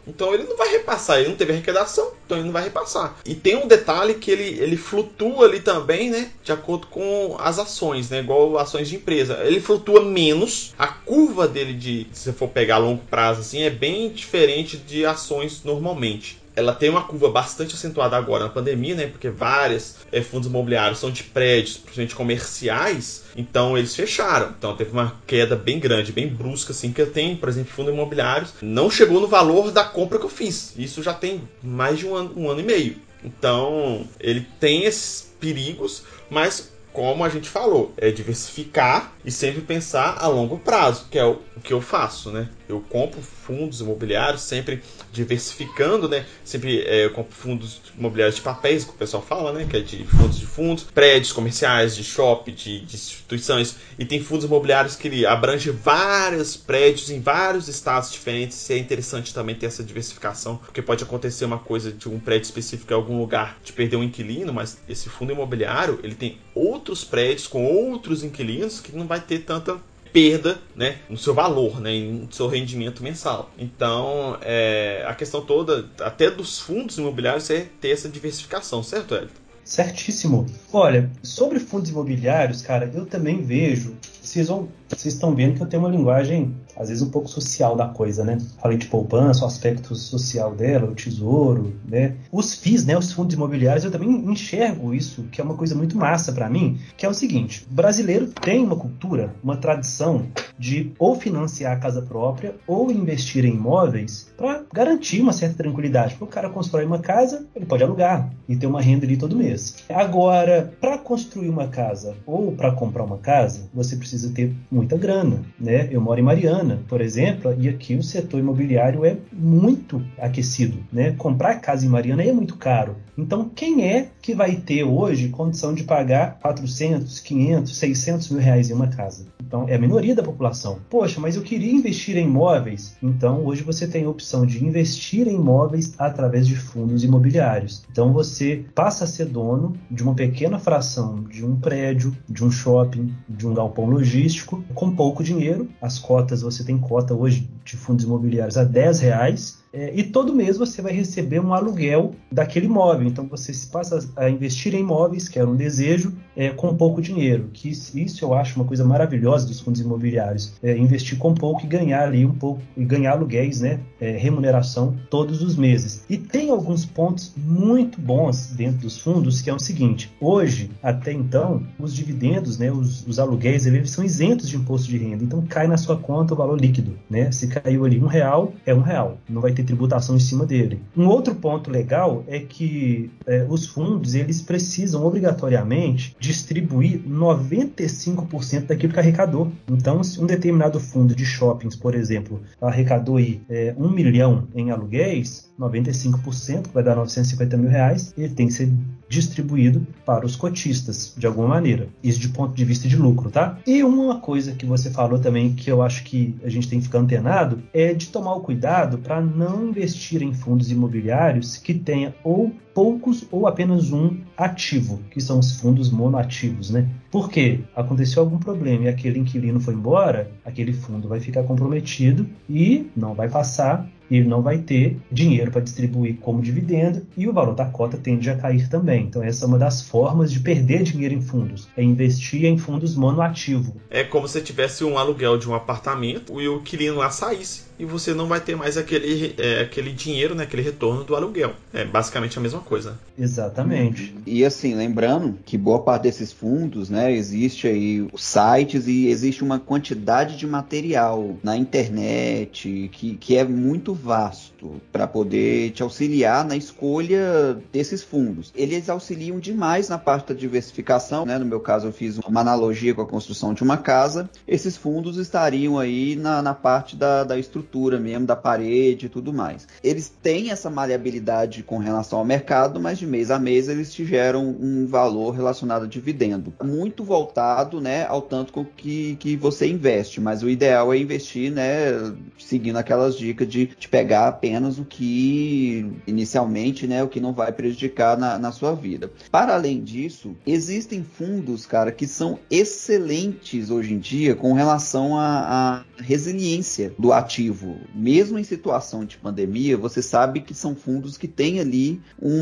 Então ele não vai repassar, ele não teve arrecadação, então ele não vai repassar. E tem um detalhe que ele, ele flutua ali também, né, de acordo com as ações, né, igual ações de empresa. Ele flutua menos, a curva dele de, se você for pegar a longo prazo assim, é bem diferente de ações normalmente. Ela tem uma curva bastante acentuada agora na pandemia, né? Porque vários é, fundos imobiliários são de prédios, principalmente comerciais, então eles fecharam. Então teve uma queda bem grande, bem brusca, assim, que eu tenho, por exemplo, fundos imobiliários. Não chegou no valor da compra que eu fiz. Isso já tem mais de um ano, um ano e meio. Então ele tem esses perigos, mas como a gente falou, é diversificar e sempre pensar a longo prazo, que é o que eu faço, né? Eu compro fundos imobiliários sempre diversificando, né? Sempre é, eu compro fundos imobiliários de papéis, que o pessoal fala, né? Que é de fundos de fundos, prédios comerciais, de shopping, de, de instituições. E tem fundos imobiliários que ele abrange vários prédios em vários estados diferentes. E é interessante também ter essa diversificação, porque pode acontecer uma coisa de um prédio específico em algum lugar de perder um inquilino, mas esse fundo imobiliário ele tem outros prédios com outros inquilinos que não vai ter tanta perda, né, no seu valor, né, no seu rendimento mensal. Então, é, a questão toda, até dos fundos imobiliários, é ter essa diversificação, certo, Hélio? Certíssimo. Olha, sobre fundos imobiliários, cara, eu também vejo, vocês vão, vocês estão vendo que eu tenho uma linguagem, às vezes, um pouco social da coisa, né? Falei de poupança, o aspecto social dela, o tesouro, né? Os F I Is, né, os fundos imobiliários, eu também enxergo isso, que é uma coisa muito massa para mim, que é o seguinte, o brasileiro tem uma cultura, uma tradição de ou financiar a casa própria ou investir em imóveis para garantir uma certa tranquilidade. Porque o cara constrói uma casa, ele pode alugar e ter uma renda ali todo mês. Agora, para construir uma casa ou para comprar uma casa, você precisa ter muita grana, né? Eu moro em Mariana, por exemplo, e aqui o setor imobiliário é muito aquecido, né? Comprar casa em Mariana é muito caro. Então, quem é que vai ter hoje condição de pagar quatrocentos, quinhentos, seiscentos mil reais em uma casa? Então, é a minoria da população. Poxa, mas eu queria investir em imóveis. Então, hoje você tem a opção de investir em imóveis através de fundos imobiliários. Então, você passa a ser dono de uma pequena fração de um prédio, de um shopping, de um galpão logístico, com pouco dinheiro. As cotas, você tem cota hoje de fundos imobiliários a dez reais. É, e todo mês você vai receber um aluguel daquele imóvel. Então você se passa a investir em imóveis, que era um desejo, é, com pouco dinheiro. Que isso eu acho uma coisa maravilhosa dos fundos imobiliários. É, investir com pouco e ganhar ali um pouco, e ganhar aluguéis, né? É, remuneração todos os meses. E tem alguns pontos muito bons dentro dos fundos, que é o seguinte: hoje, até então, os dividendos, né, os, os aluguéis, eles são isentos de imposto de renda. Então cai na sua conta o valor líquido, né? Se caiu ali um real, é um real. Não vai ter tributação em cima dele. Um outro ponto legal é que é, os fundos, eles precisam obrigatoriamente distribuir noventa e cinco por cento daquilo que arrecadou. Então, se um determinado fundo de shoppings, por exemplo, arrecadou aí, é, um milhão em aluguéis, noventa e cinco por cento, que vai dar novecentos e cinquenta mil reais, ele tem que ser distribuído para os cotistas, de alguma maneira. Isso de ponto de vista de lucro, tá? E uma coisa que você falou também, que eu acho que a gente tem que ficar antenado, é de tomar o cuidado para não investir em fundos imobiliários que tenha ou poucos ou apenas um ativo, que são os fundos monoativos, né? Porque aconteceu algum problema e aquele inquilino foi embora, aquele fundo vai ficar comprometido e não vai passar, ele não vai ter dinheiro para distribuir como dividendo e o valor da cota tende a cair também. Então essa é uma das formas de perder dinheiro em fundos, é investir em fundos monoativo. É como se tivesse um aluguel de um apartamento e o inquilino lá saísse e você não vai ter mais aquele, é, aquele dinheiro, né, aquele retorno do aluguel. É basicamente a mesma coisa. Exatamente. E assim, lembrando que boa parte desses fundos, né, existe aí os sites e existe uma quantidade de material na internet que, que é muito vasto para poder te auxiliar na escolha desses fundos. Eles auxiliam demais na parte da diversificação, né? No meu caso eu fiz uma analogia com a construção de uma casa. Esses fundos estariam aí na, na parte da, da estrutura mesmo, da parede e tudo mais. Eles têm essa maleabilidade com relação ao mercado, mas de mês a mês eles te geram um valor relacionado a dividendo. Muito voltado, né, ao tanto que, que você investe, mas o ideal é investir, né, seguindo aquelas dicas de de pegar apenas o que, inicialmente, né, o que não vai prejudicar na, na sua vida. Para além disso, existem fundos, cara, que são excelentes hoje em dia com relação à resiliência do ativo. Mesmo em situação de pandemia, você sabe que são fundos que têm ali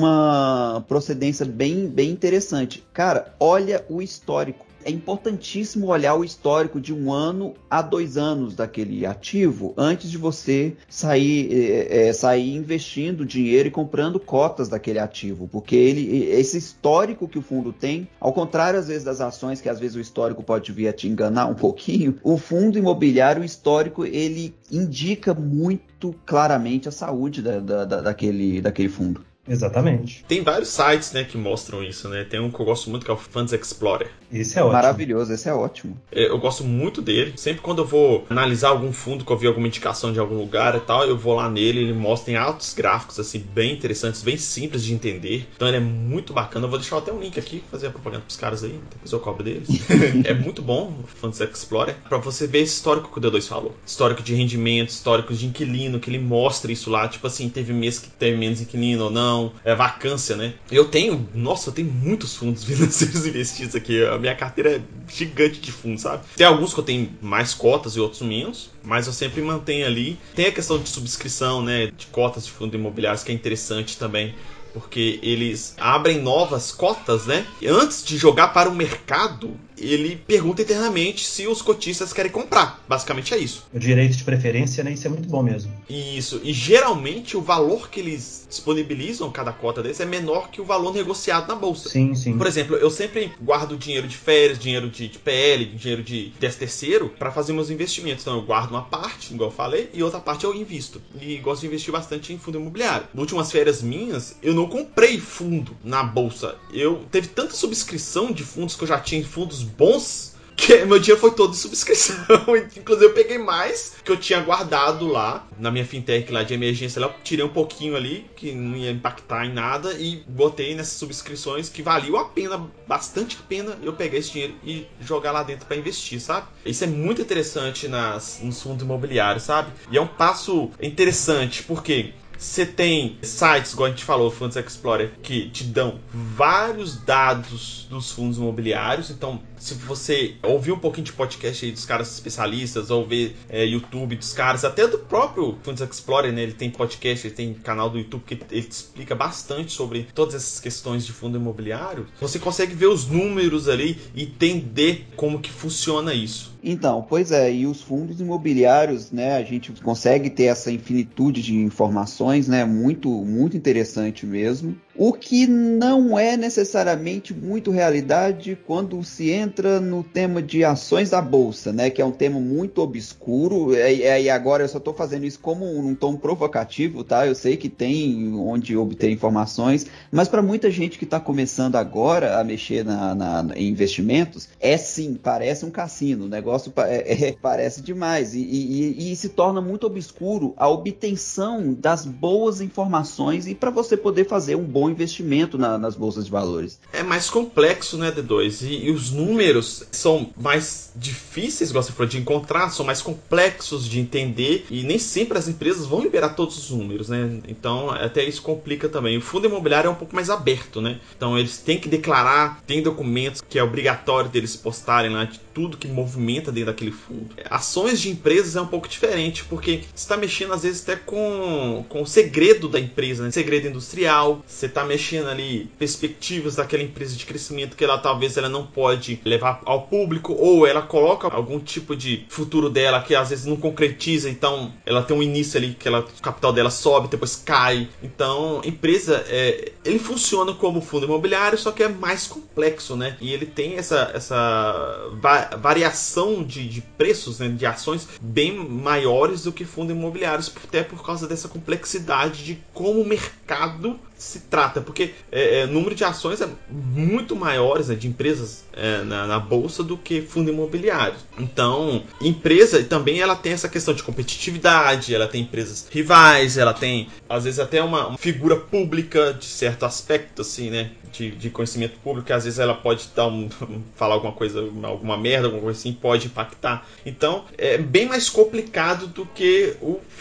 uma procedência bem, bem interessante. Cara, olha o histórico. É importantíssimo olhar o histórico de um ano a dois anos daquele ativo antes de você sair, é, é, sair investindo dinheiro e comprando cotas daquele ativo, porque ele, esse histórico que o fundo tem, ao contrário às vezes das ações, que às vezes o histórico pode vir a te enganar um pouquinho, o fundo imobiliário, o histórico, ele indica muito claramente a saúde da, da, da, daquele, daquele fundo. Exatamente. Tem vários sites, né, que mostram isso, né? Tem um que eu gosto muito que é o Funds Explorer. Esse é ótimo. Maravilhoso, esse é ótimo. Eu gosto muito dele. Sempre quando eu vou analisar algum fundo, que eu vi alguma indicação de algum lugar e tal, eu vou lá nele, ele mostra em altos gráficos, assim, bem interessantes, bem simples de entender. Então ele é muito bacana. Eu vou deixar até um link aqui, fazer a propaganda pros caras aí, depois eu cobro deles. É muito bom o Funds Explorer, pra você ver esse histórico que o D dois falou. Histórico de rendimento, histórico de inquilino, que ele mostra isso lá. Tipo assim, teve mês que teve menos inquilino ou não. É vacância, né? Eu tenho, nossa, eu tenho muitos fundos financeiros investidos aqui. A minha carteira é gigante de fundos, sabe? Tem alguns que eu tenho mais cotas e outros menos, mas eu sempre mantenho ali. Tem a questão de subscrição, né? De cotas de fundos imobiliários, que é interessante também, porque eles abrem novas cotas, né? E antes de jogar para o mercado, ele pergunta internamente se os cotistas querem comprar. Basicamente é isso. O direito de preferência, né? Isso é muito bom mesmo. Isso. E geralmente o valor que eles disponibilizam cada cota deles é menor que o valor negociado na bolsa. Sim, sim. Por exemplo, eu sempre guardo dinheiro de férias, dinheiro de, de P L, dinheiro de décimo terceiro para fazer meus investimentos. Então eu guardo uma parte, igual eu falei, e outra parte eu invisto. E gosto de investir bastante em fundo imobiliário. Nas últimas férias minhas, eu não comprei fundo na bolsa. Eu teve tanta subscrição de fundos que eu já tinha em fundos bons, que meu dinheiro foi todo em subscrição. Inclusive eu peguei mais que eu tinha guardado lá na minha fintech lá de emergência. Lá, eu tirei um pouquinho ali, que não ia impactar em nada, e botei nessas subscrições que valiam a pena, bastante pena, eu pegar esse dinheiro e jogar lá dentro para investir, sabe? Isso é muito interessante nas, nos fundos imobiliários, sabe? E é um passo interessante, porque você tem sites, igual a gente falou, Funds Explorer, que te dão vários dados dos fundos imobiliários. Então, se você ouvir um pouquinho de podcast aí dos caras especialistas, ou ver é, YouTube dos caras, até do próprio Funds Explorer, né? Ele tem podcast, ele tem canal do YouTube que ele te explica bastante sobre todas essas questões de fundo imobiliário. Você consegue ver os números ali e entender como que funciona isso. Então, pois é, e os fundos imobiliários, né, a gente consegue ter essa infinitude de informações, né, muito, muito interessante mesmo. O que não é necessariamente muito realidade quando se entra no tema de ações da bolsa, né, que é um tema muito obscuro, e, e agora eu só estou fazendo isso como um tom provocativo, tá? Eu sei que tem onde obter informações, mas para muita gente que está começando agora a mexer na, na, em investimentos, é sim, parece um cassino, o negócio é, é, parece demais, e, e, e se torna muito obscuro a obtenção das boas informações e para você poder fazer um bom investimento na, nas bolsas de valores. É mais complexo, né, D dois? E, e os números são mais difíceis, igual você falou, de encontrar, são mais complexos de entender, e nem sempre as empresas vão liberar todos os números, né? Então, até isso complica também. O fundo imobiliário é um pouco mais aberto, né? Então, eles têm que declarar, tem documentos que é obrigatório deles postarem lá de tudo que movimenta dentro daquele fundo. Ações de empresas é um pouco diferente, porque você está mexendo às vezes até com, com o segredo da empresa, né? Segredo industrial, você está mexendo ali perspectivas daquela empresa de crescimento que ela talvez ela não pode levar ao público, ou ela coloca algum tipo de futuro dela que às vezes não concretiza, então ela tem um início ali que ela, o capital dela sobe, depois cai. Então, empresa, é, ele funciona como fundo imobiliário, só que é mais complexo, né? E ele tem essa, essa va- variação de, de preços, né, de ações bem maiores do que fundos imobiliários, até por causa dessa complexidade de como o mercado se trata, porque é, é, o número de ações é muito maiores, né, de empresas é, na, na bolsa do que fundo imobiliário. Então, empresa também ela tem essa questão de competitividade, ela tem empresas rivais, ela tem às vezes até uma, uma figura pública de certo aspecto, assim, né, de, de conhecimento público, que às vezes ela pode dar um, falar alguma coisa, alguma merda, alguma coisa assim, pode impactar. Então, é bem mais complicado do que o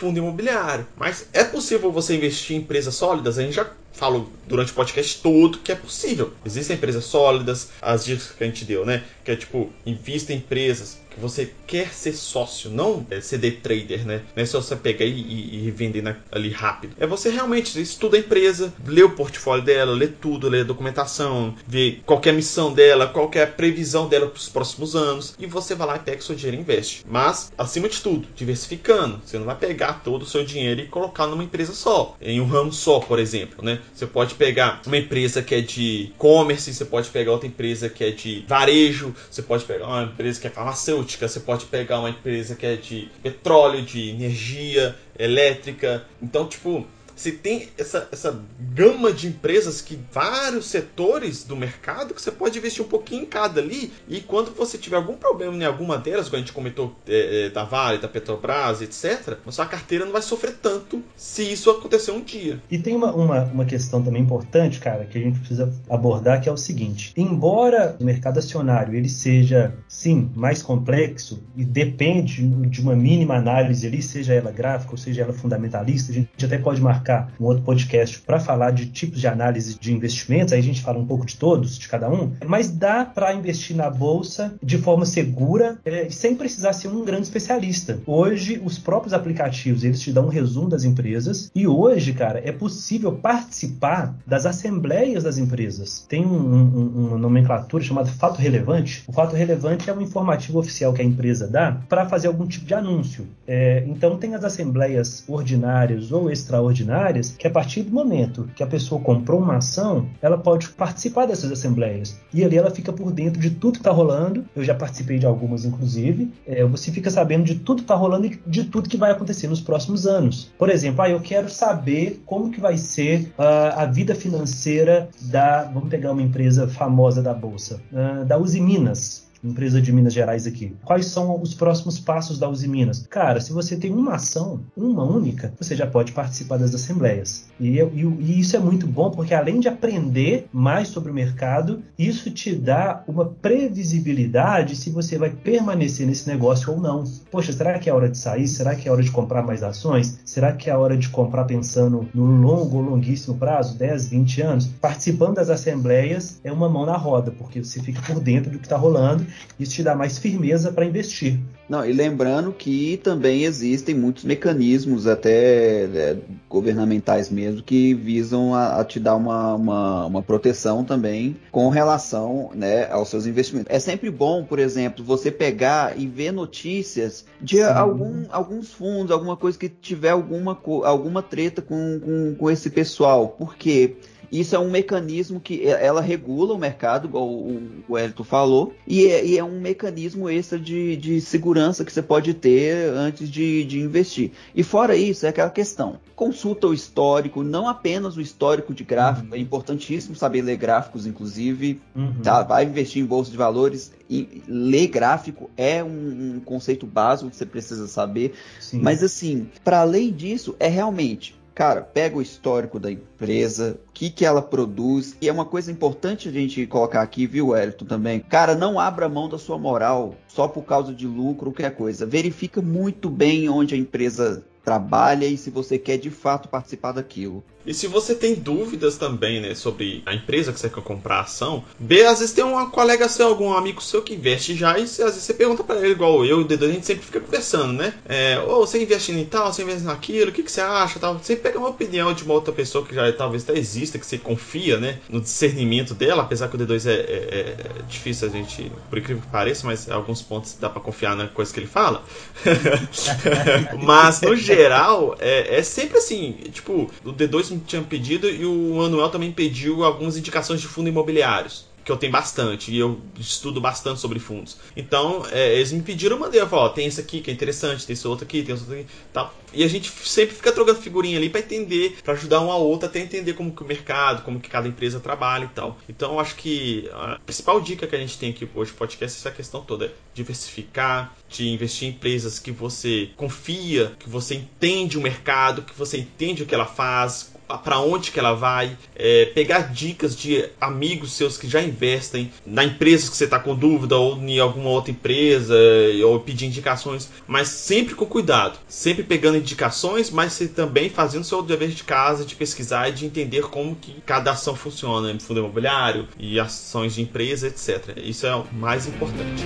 fundo imobiliário. Mas é possível você investir em empresas sólidas? A gente já falo durante o podcast todo que é possível. Existem empresas sólidas, as dicas que a gente deu, né? Que é tipo, invista em empresas que você quer ser sócio, não é ser day trader, né? Não é só você pegar e, e, e vender na, ali rápido. É você realmente estuda a empresa, lê o portfólio dela, lê tudo, lê a documentação, vê qual que é a missão dela, qual que é a previsão dela para os próximos anos, e você vai lá e pega o seu dinheiro e investe. Mas, acima de tudo, diversificando. Você não vai pegar todo o seu dinheiro e colocar numa empresa só, em um ramo só, por exemplo, né? Você pode pegar uma empresa que é de e-commerce, você pode pegar outra empresa que é de varejo, você pode pegar uma empresa que é farmacêutica, você pode pegar uma empresa que é de petróleo, de energia elétrica. Então, tipo, você tem essa, essa gama de empresas, que vários setores do mercado, que você pode investir um pouquinho em cada ali, e quando você tiver algum problema em alguma delas, como a gente comentou é, é, da Vale, da Petrobras, etcétera, a sua carteira não vai sofrer tanto se isso acontecer um dia. E tem uma, uma, uma questão também importante, cara, que a gente precisa abordar, que é o seguinte: embora o mercado acionário ele seja, sim, mais complexo e depende de uma mínima análise ali, seja ela gráfica ou seja ela fundamentalista, a gente até pode marcar um outro podcast para falar de tipos de análise de investimentos, aí a gente fala um pouco de todos, de cada um, mas dá para investir na bolsa de forma segura, é, sem precisar ser um grande especialista. Hoje, os próprios aplicativos, eles te dão um resumo das empresas, e hoje, cara, é possível participar das assembleias das empresas. Tem um, um, uma nomenclatura chamada fato relevante. O fato relevante é um informativo oficial que a empresa dá para fazer algum tipo de anúncio. É, então, tem as assembleias ordinárias ou extraordinárias, que a partir do momento que a pessoa comprou uma ação, ela pode participar dessas assembleias. E ali ela fica por dentro de tudo que está rolando. Eu já participei de algumas, inclusive. É, você fica sabendo de tudo que está rolando e de tudo que vai acontecer nos próximos anos. Por exemplo, ah, eu quero saber como que vai ser uh, a vida financeira da... Vamos pegar uma empresa famosa da Bolsa, uh, da Uzi Minas. Empresa de Minas Gerais aqui. Quais são os próximos passos da Uzi Minas? Cara, se você tem uma ação, uma única, você já pode participar das assembleias. E, e, e isso é muito bom, porque além de aprender mais sobre o mercado, isso te dá uma previsibilidade se você vai permanecer nesse negócio ou não. Poxa, será que é hora de sair? Será que é hora de comprar mais ações? Será que é hora de comprar pensando no longo ou longuíssimo prazo, dez, vinte anos? Participando das assembleias é uma mão na roda, porque você fica por dentro do que está rolando. Isso te dá mais firmeza para investir. Não, e lembrando que também existem muitos mecanismos, até é, governamentais mesmo, que visam a, a te dar uma, uma, uma proteção também com relação, né, aos seus investimentos. É sempre bom, por exemplo, você pegar e ver notícias de algum, alguns fundos, alguma coisa que tiver alguma, alguma treta com, com, com esse pessoal. Por quê? Isso é um mecanismo que ela regula o mercado, igual o Wellington falou, e é, e é um mecanismo extra de, de segurança que você pode ter antes de, de investir. E fora isso, é aquela questão. Consulta o histórico, não apenas o histórico de gráfico, uhum. É importantíssimo saber ler gráficos, inclusive. Uhum. Tá? Vai investir em bolsa de valores, e ler gráfico é um, um conceito básico que você precisa saber. Sim. Mas assim, para além disso, é realmente... Cara, pega o histórico da empresa, o que, que ela produz, e é uma coisa importante a gente colocar aqui, viu, Wellington, também. Cara, não abra mão da sua moral só por causa de lucro ou qualquer coisa. Verifica muito bem onde a empresa trabalha e se você quer de fato participar daquilo. E se você tem dúvidas também, né, sobre a empresa que você quer comprar a ação, B, às vezes tem um colega seu, algum amigo seu que investe já, e às vezes você pergunta pra ele, igual eu e o D dois, a gente sempre fica conversando, né? É, ou você investe em tal, você investe naquilo, o que, que você acha, tal. Você pega uma opinião de uma outra pessoa que já talvez até exista, que você confia, né, no discernimento dela, apesar que o D dois é, é, é difícil a gente, por incrível que pareça, mas em alguns pontos dá pra confiar na coisa que ele fala. Mas, no geral, é, é sempre assim, tipo, o D dois me tinha pedido e o Manuel também pediu algumas indicações de fundos imobiliários, que eu tenho bastante, e eu estudo bastante sobre fundos. Então, é, eles me pediram, eu mandei, eu falei, ó, tem esse aqui que é interessante, tem esse outro aqui, tem esse outro aqui, tal. E a gente sempre fica trocando figurinha ali para entender, para ajudar um ao outro até entender como que o mercado, como que cada empresa trabalha e tal. Então, eu acho que a principal dica que a gente tem aqui hoje no podcast é essa questão toda, é diversificar, de investir em empresas que você confia, que você entende o mercado, que você entende o que ela faz, para onde que ela vai, é, pegar dicas de amigos seus que já investem na empresa que você está com dúvida ou em alguma outra empresa, ou pedir indicações, mas sempre com cuidado, sempre pegando indicações, mas você também fazendo seu dever de casa, de pesquisar e de entender como que cada ação funciona, fundo imobiliário e ações de empresa, etcétera. Isso é o mais importante.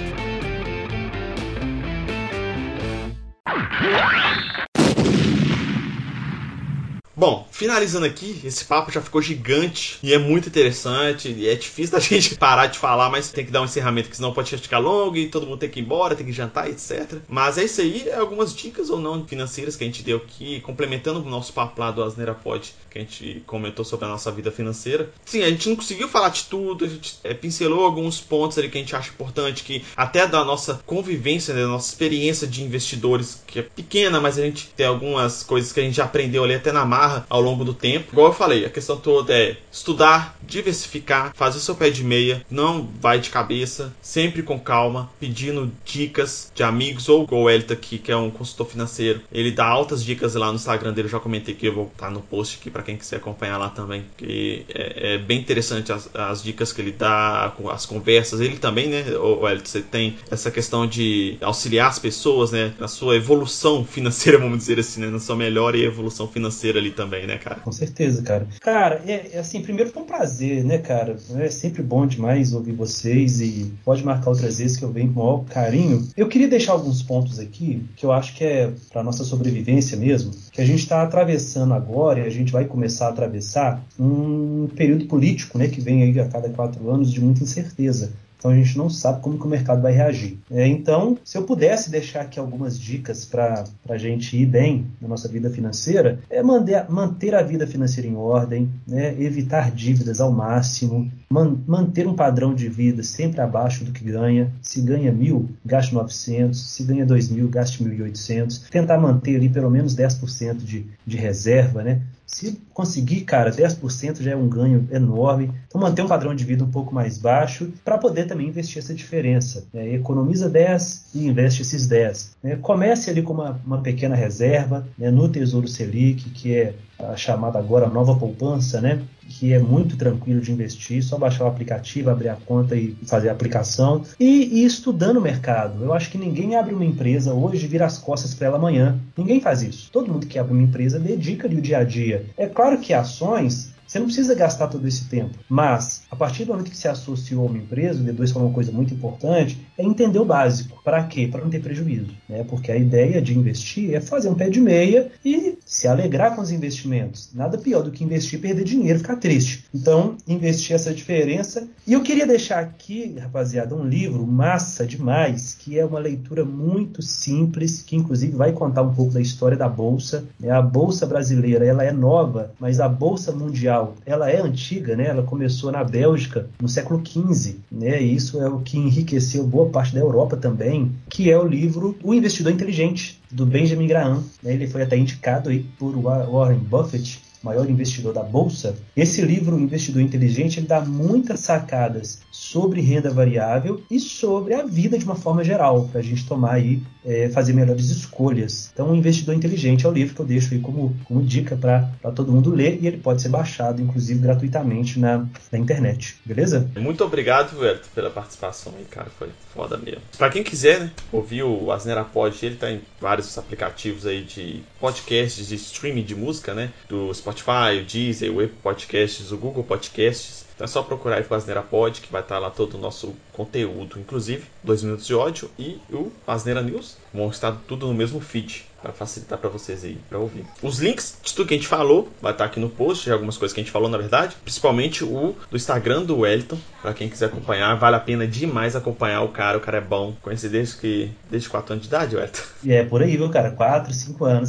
Bom, finalizando aqui, esse papo já ficou gigante e é muito interessante, e é difícil da gente parar de falar, mas tem que dar um encerramento, que senão pode ficar longo e todo mundo tem que ir embora, tem que jantar, etcétera. Mas é isso aí, é algumas dicas ou não financeiras que a gente deu aqui, complementando o nosso papo lá do Asneira Pod, que a gente comentou sobre a nossa vida financeira. Sim, a gente não conseguiu falar de tudo, a gente é, pincelou alguns pontos ali que a gente acha importante, que até da nossa convivência, né, da nossa experiência de investidores, que é pequena, mas a gente tem algumas coisas que a gente já aprendeu ali até na marra ao longo do tempo. Igual eu falei, a questão toda é estudar, diversificar, fazer seu pé de meia, não vai de cabeça, sempre com calma, pedindo dicas de amigos, ou o Elton aqui, que é um consultor financeiro, ele dá altas dicas lá no Instagram dele, eu já comentei que eu vou estar no post aqui para quem quiser acompanhar lá também, que é, é bem interessante as, as dicas que ele dá, as conversas, ele também, né, o Elton, você tem essa questão de auxiliar as pessoas, né, na sua evolução financeira, vamos dizer assim, né, na sua melhora e evolução financeira ali também, né, cara? Com certeza, cara. Cara, é, é assim, primeiro foi um prazer, né, cara? É sempre bom demais ouvir vocês e pode marcar outras vezes que eu venho com o maior carinho. Eu queria deixar alguns pontos aqui que eu acho que é para nossa sobrevivência mesmo, que a gente está atravessando agora e a gente vai começar a atravessar um período político, né, que vem aí a cada quatro anos de muita incerteza. Então a gente não sabe como que o mercado vai reagir. É, então, se eu pudesse deixar aqui algumas dicas para a gente ir bem na nossa vida financeira, é manter, manter a vida financeira em ordem, né, evitar dívidas ao máximo, man, manter um padrão de vida sempre abaixo do que ganha. Se ganha mil, gaste novecentos. Se ganha dois mil, gaste mil e oitocentos. Tentar manter ali pelo menos dez por cento de, de reserva, né? Se conseguir, cara, dez por cento já é um ganho enorme. Então, manter um padrão de vida um pouco mais baixo para poder também investir essa diferença. Né? Economiza dez e investe esses dez. Né? Comece ali com uma, uma pequena reserva, né, no Tesouro Selic, que é a chamada agora nova poupança, né? Que é muito tranquilo de investir, só baixar o aplicativo, abrir a conta e fazer a aplicação e ir estudando o mercado. Eu acho que ninguém abre uma empresa hoje e vira as costas para ela amanhã. Ninguém faz isso. Todo mundo que abre uma empresa dedica ali o dia a dia. É claro que ações, você não precisa gastar todo esse tempo, mas a partir do momento que se associou a uma empresa, o D dois falou uma coisa muito importante, é entender o básico. Para quê? Para não ter prejuízo, né? Porque a ideia de investir é fazer um pé de meia e se alegrar com os investimentos. Nada pior do que investir e perder dinheiro, ficar triste. Então, investir essa diferença. E eu queria deixar aqui, rapaziada, um livro massa demais, que é uma leitura muito simples, que inclusive vai contar um pouco da história da Bolsa. A Bolsa brasileira, ela é nova, mas a Bolsa mundial, ela é antiga, né? Ela começou na Bélgica no século quinze, né? E isso é o que enriqueceu boa parte da Europa também, que é o livro O Investidor Inteligente, do Benjamin Graham, né? Ele foi até indicado aí por Warren Buffett, maior investidor da Bolsa. Esse livro, O Investidor Inteligente, ele dá muitas sacadas sobre renda variável e sobre a vida de uma forma geral, para a gente tomar aí, é, fazer melhores escolhas. Então, O Investidor Inteligente é o livro que eu deixo aí como, como dica para todo mundo ler, e ele pode ser baixado, inclusive, gratuitamente na, na internet. Beleza? Muito obrigado, Everton, pela participação aí, cara. Foi foda mesmo. Para quem quiser, né, ouvir o Asneira Pod, ele tá em vários aplicativos aí de podcasts, de streaming de música, né, do Spotify, o Deezer, o Apple Podcasts, o Google Podcasts. Então é só procurar aí o Asneira Pod, que vai estar lá todo o nosso conteúdo, inclusive dois minutos de ódio e o Asneira News. Vão estar tudo no mesmo feed, para facilitar para vocês aí, para ouvir. Os links de tudo que a gente falou vai estar aqui no post, de algumas coisas que a gente falou, na verdade. Principalmente o do Instagram do Wellington, para quem quiser acompanhar. Vale a pena demais acompanhar o cara, o cara é bom. Conheci desde que desde quatro anos de idade, Wellington. E é por aí, viu, cara? quatro, cinco anos.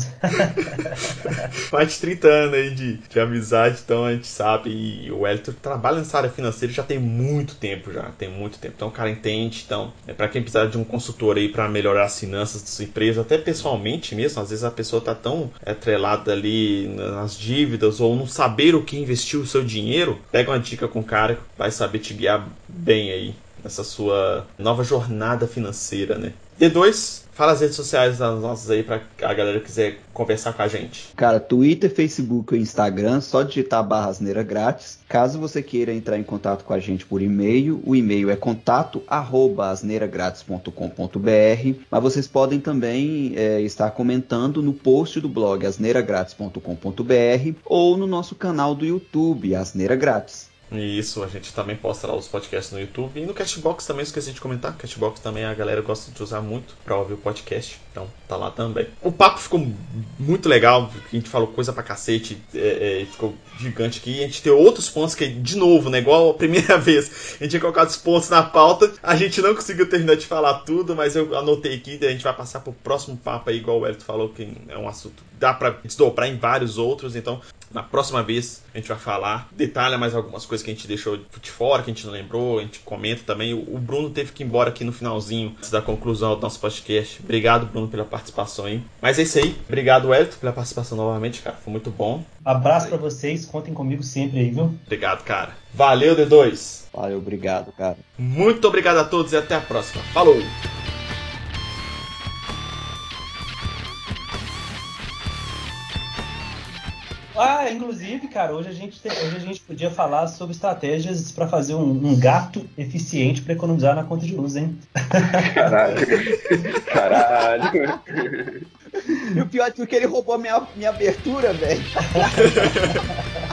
Mais de trinta anos aí de, de amizade, então a gente sabe. E o Wellington trabalha nessa área financeira já tem muito tempo, já tem muito tempo. Então o cara entende. Então, é para quem precisar de um consultor aí para melhorar as finanças da sua empresa, até pessoalmente mesmo. Às vezes a pessoa está tão atrelada ali nas dívidas ou não saber o que investir o seu dinheiro. Pega uma dica com o cara que vai saber te guiar bem aí nessa sua nova jornada financeira, né? D dois, Fala as redes sociais das nossas aí pra a galera que quiser conversar com a gente. Cara, Twitter, Facebook e Instagram, só digitar barra asneira grátis. Caso você queira entrar em contato com a gente por e-mail, o e-mail é contato arroba asneiragratis ponto com ponto br, mas vocês podem também é, estar comentando no post do blog asneiragratis ponto com ponto br ou no nosso canal do YouTube, Asneira Grátis. Isso, a gente também posta lá os podcasts no YouTube. E no Castbox também, esqueci de comentar. Castbox também a galera gosta de usar muito pra ouvir o podcast. Então tá lá também. O papo ficou muito legal. A gente falou coisa pra cacete. É, é, ficou gigante aqui. E a gente tem outros pontos que, de novo, né? Igual a primeira vez, a gente tinha colocado os pontos na pauta. A gente não conseguiu terminar de falar tudo, mas eu anotei aqui. A gente vai passar pro próximo papo aí, igual o Hélio falou, que é um assunto dá pra desdobrar em vários outros. Então, na próxima vez a gente vai falar, detalha mais algumas coisas que a gente deixou de fora, que a gente não lembrou, a gente comenta também. O Bruno teve que ir embora aqui no finalzinho, antes da conclusão do nosso podcast. Obrigado, Bruno, pela participação aí. Mas é isso aí. Obrigado, Elton, pela participação novamente, cara. Foi muito bom. Abraço pra vocês, contem comigo sempre aí, viu? Obrigado, cara. Valeu, D dois. Valeu, obrigado, cara. Muito obrigado a todos e até a próxima. Falou! Ah, inclusive, cara, hoje a gente, te, hoje a gente podia falar sobre estratégias para fazer um, um gato eficiente para economizar na conta de luz, hein? Caralho. Caralho. E o pior é que ele roubou minha, minha abertura, velho.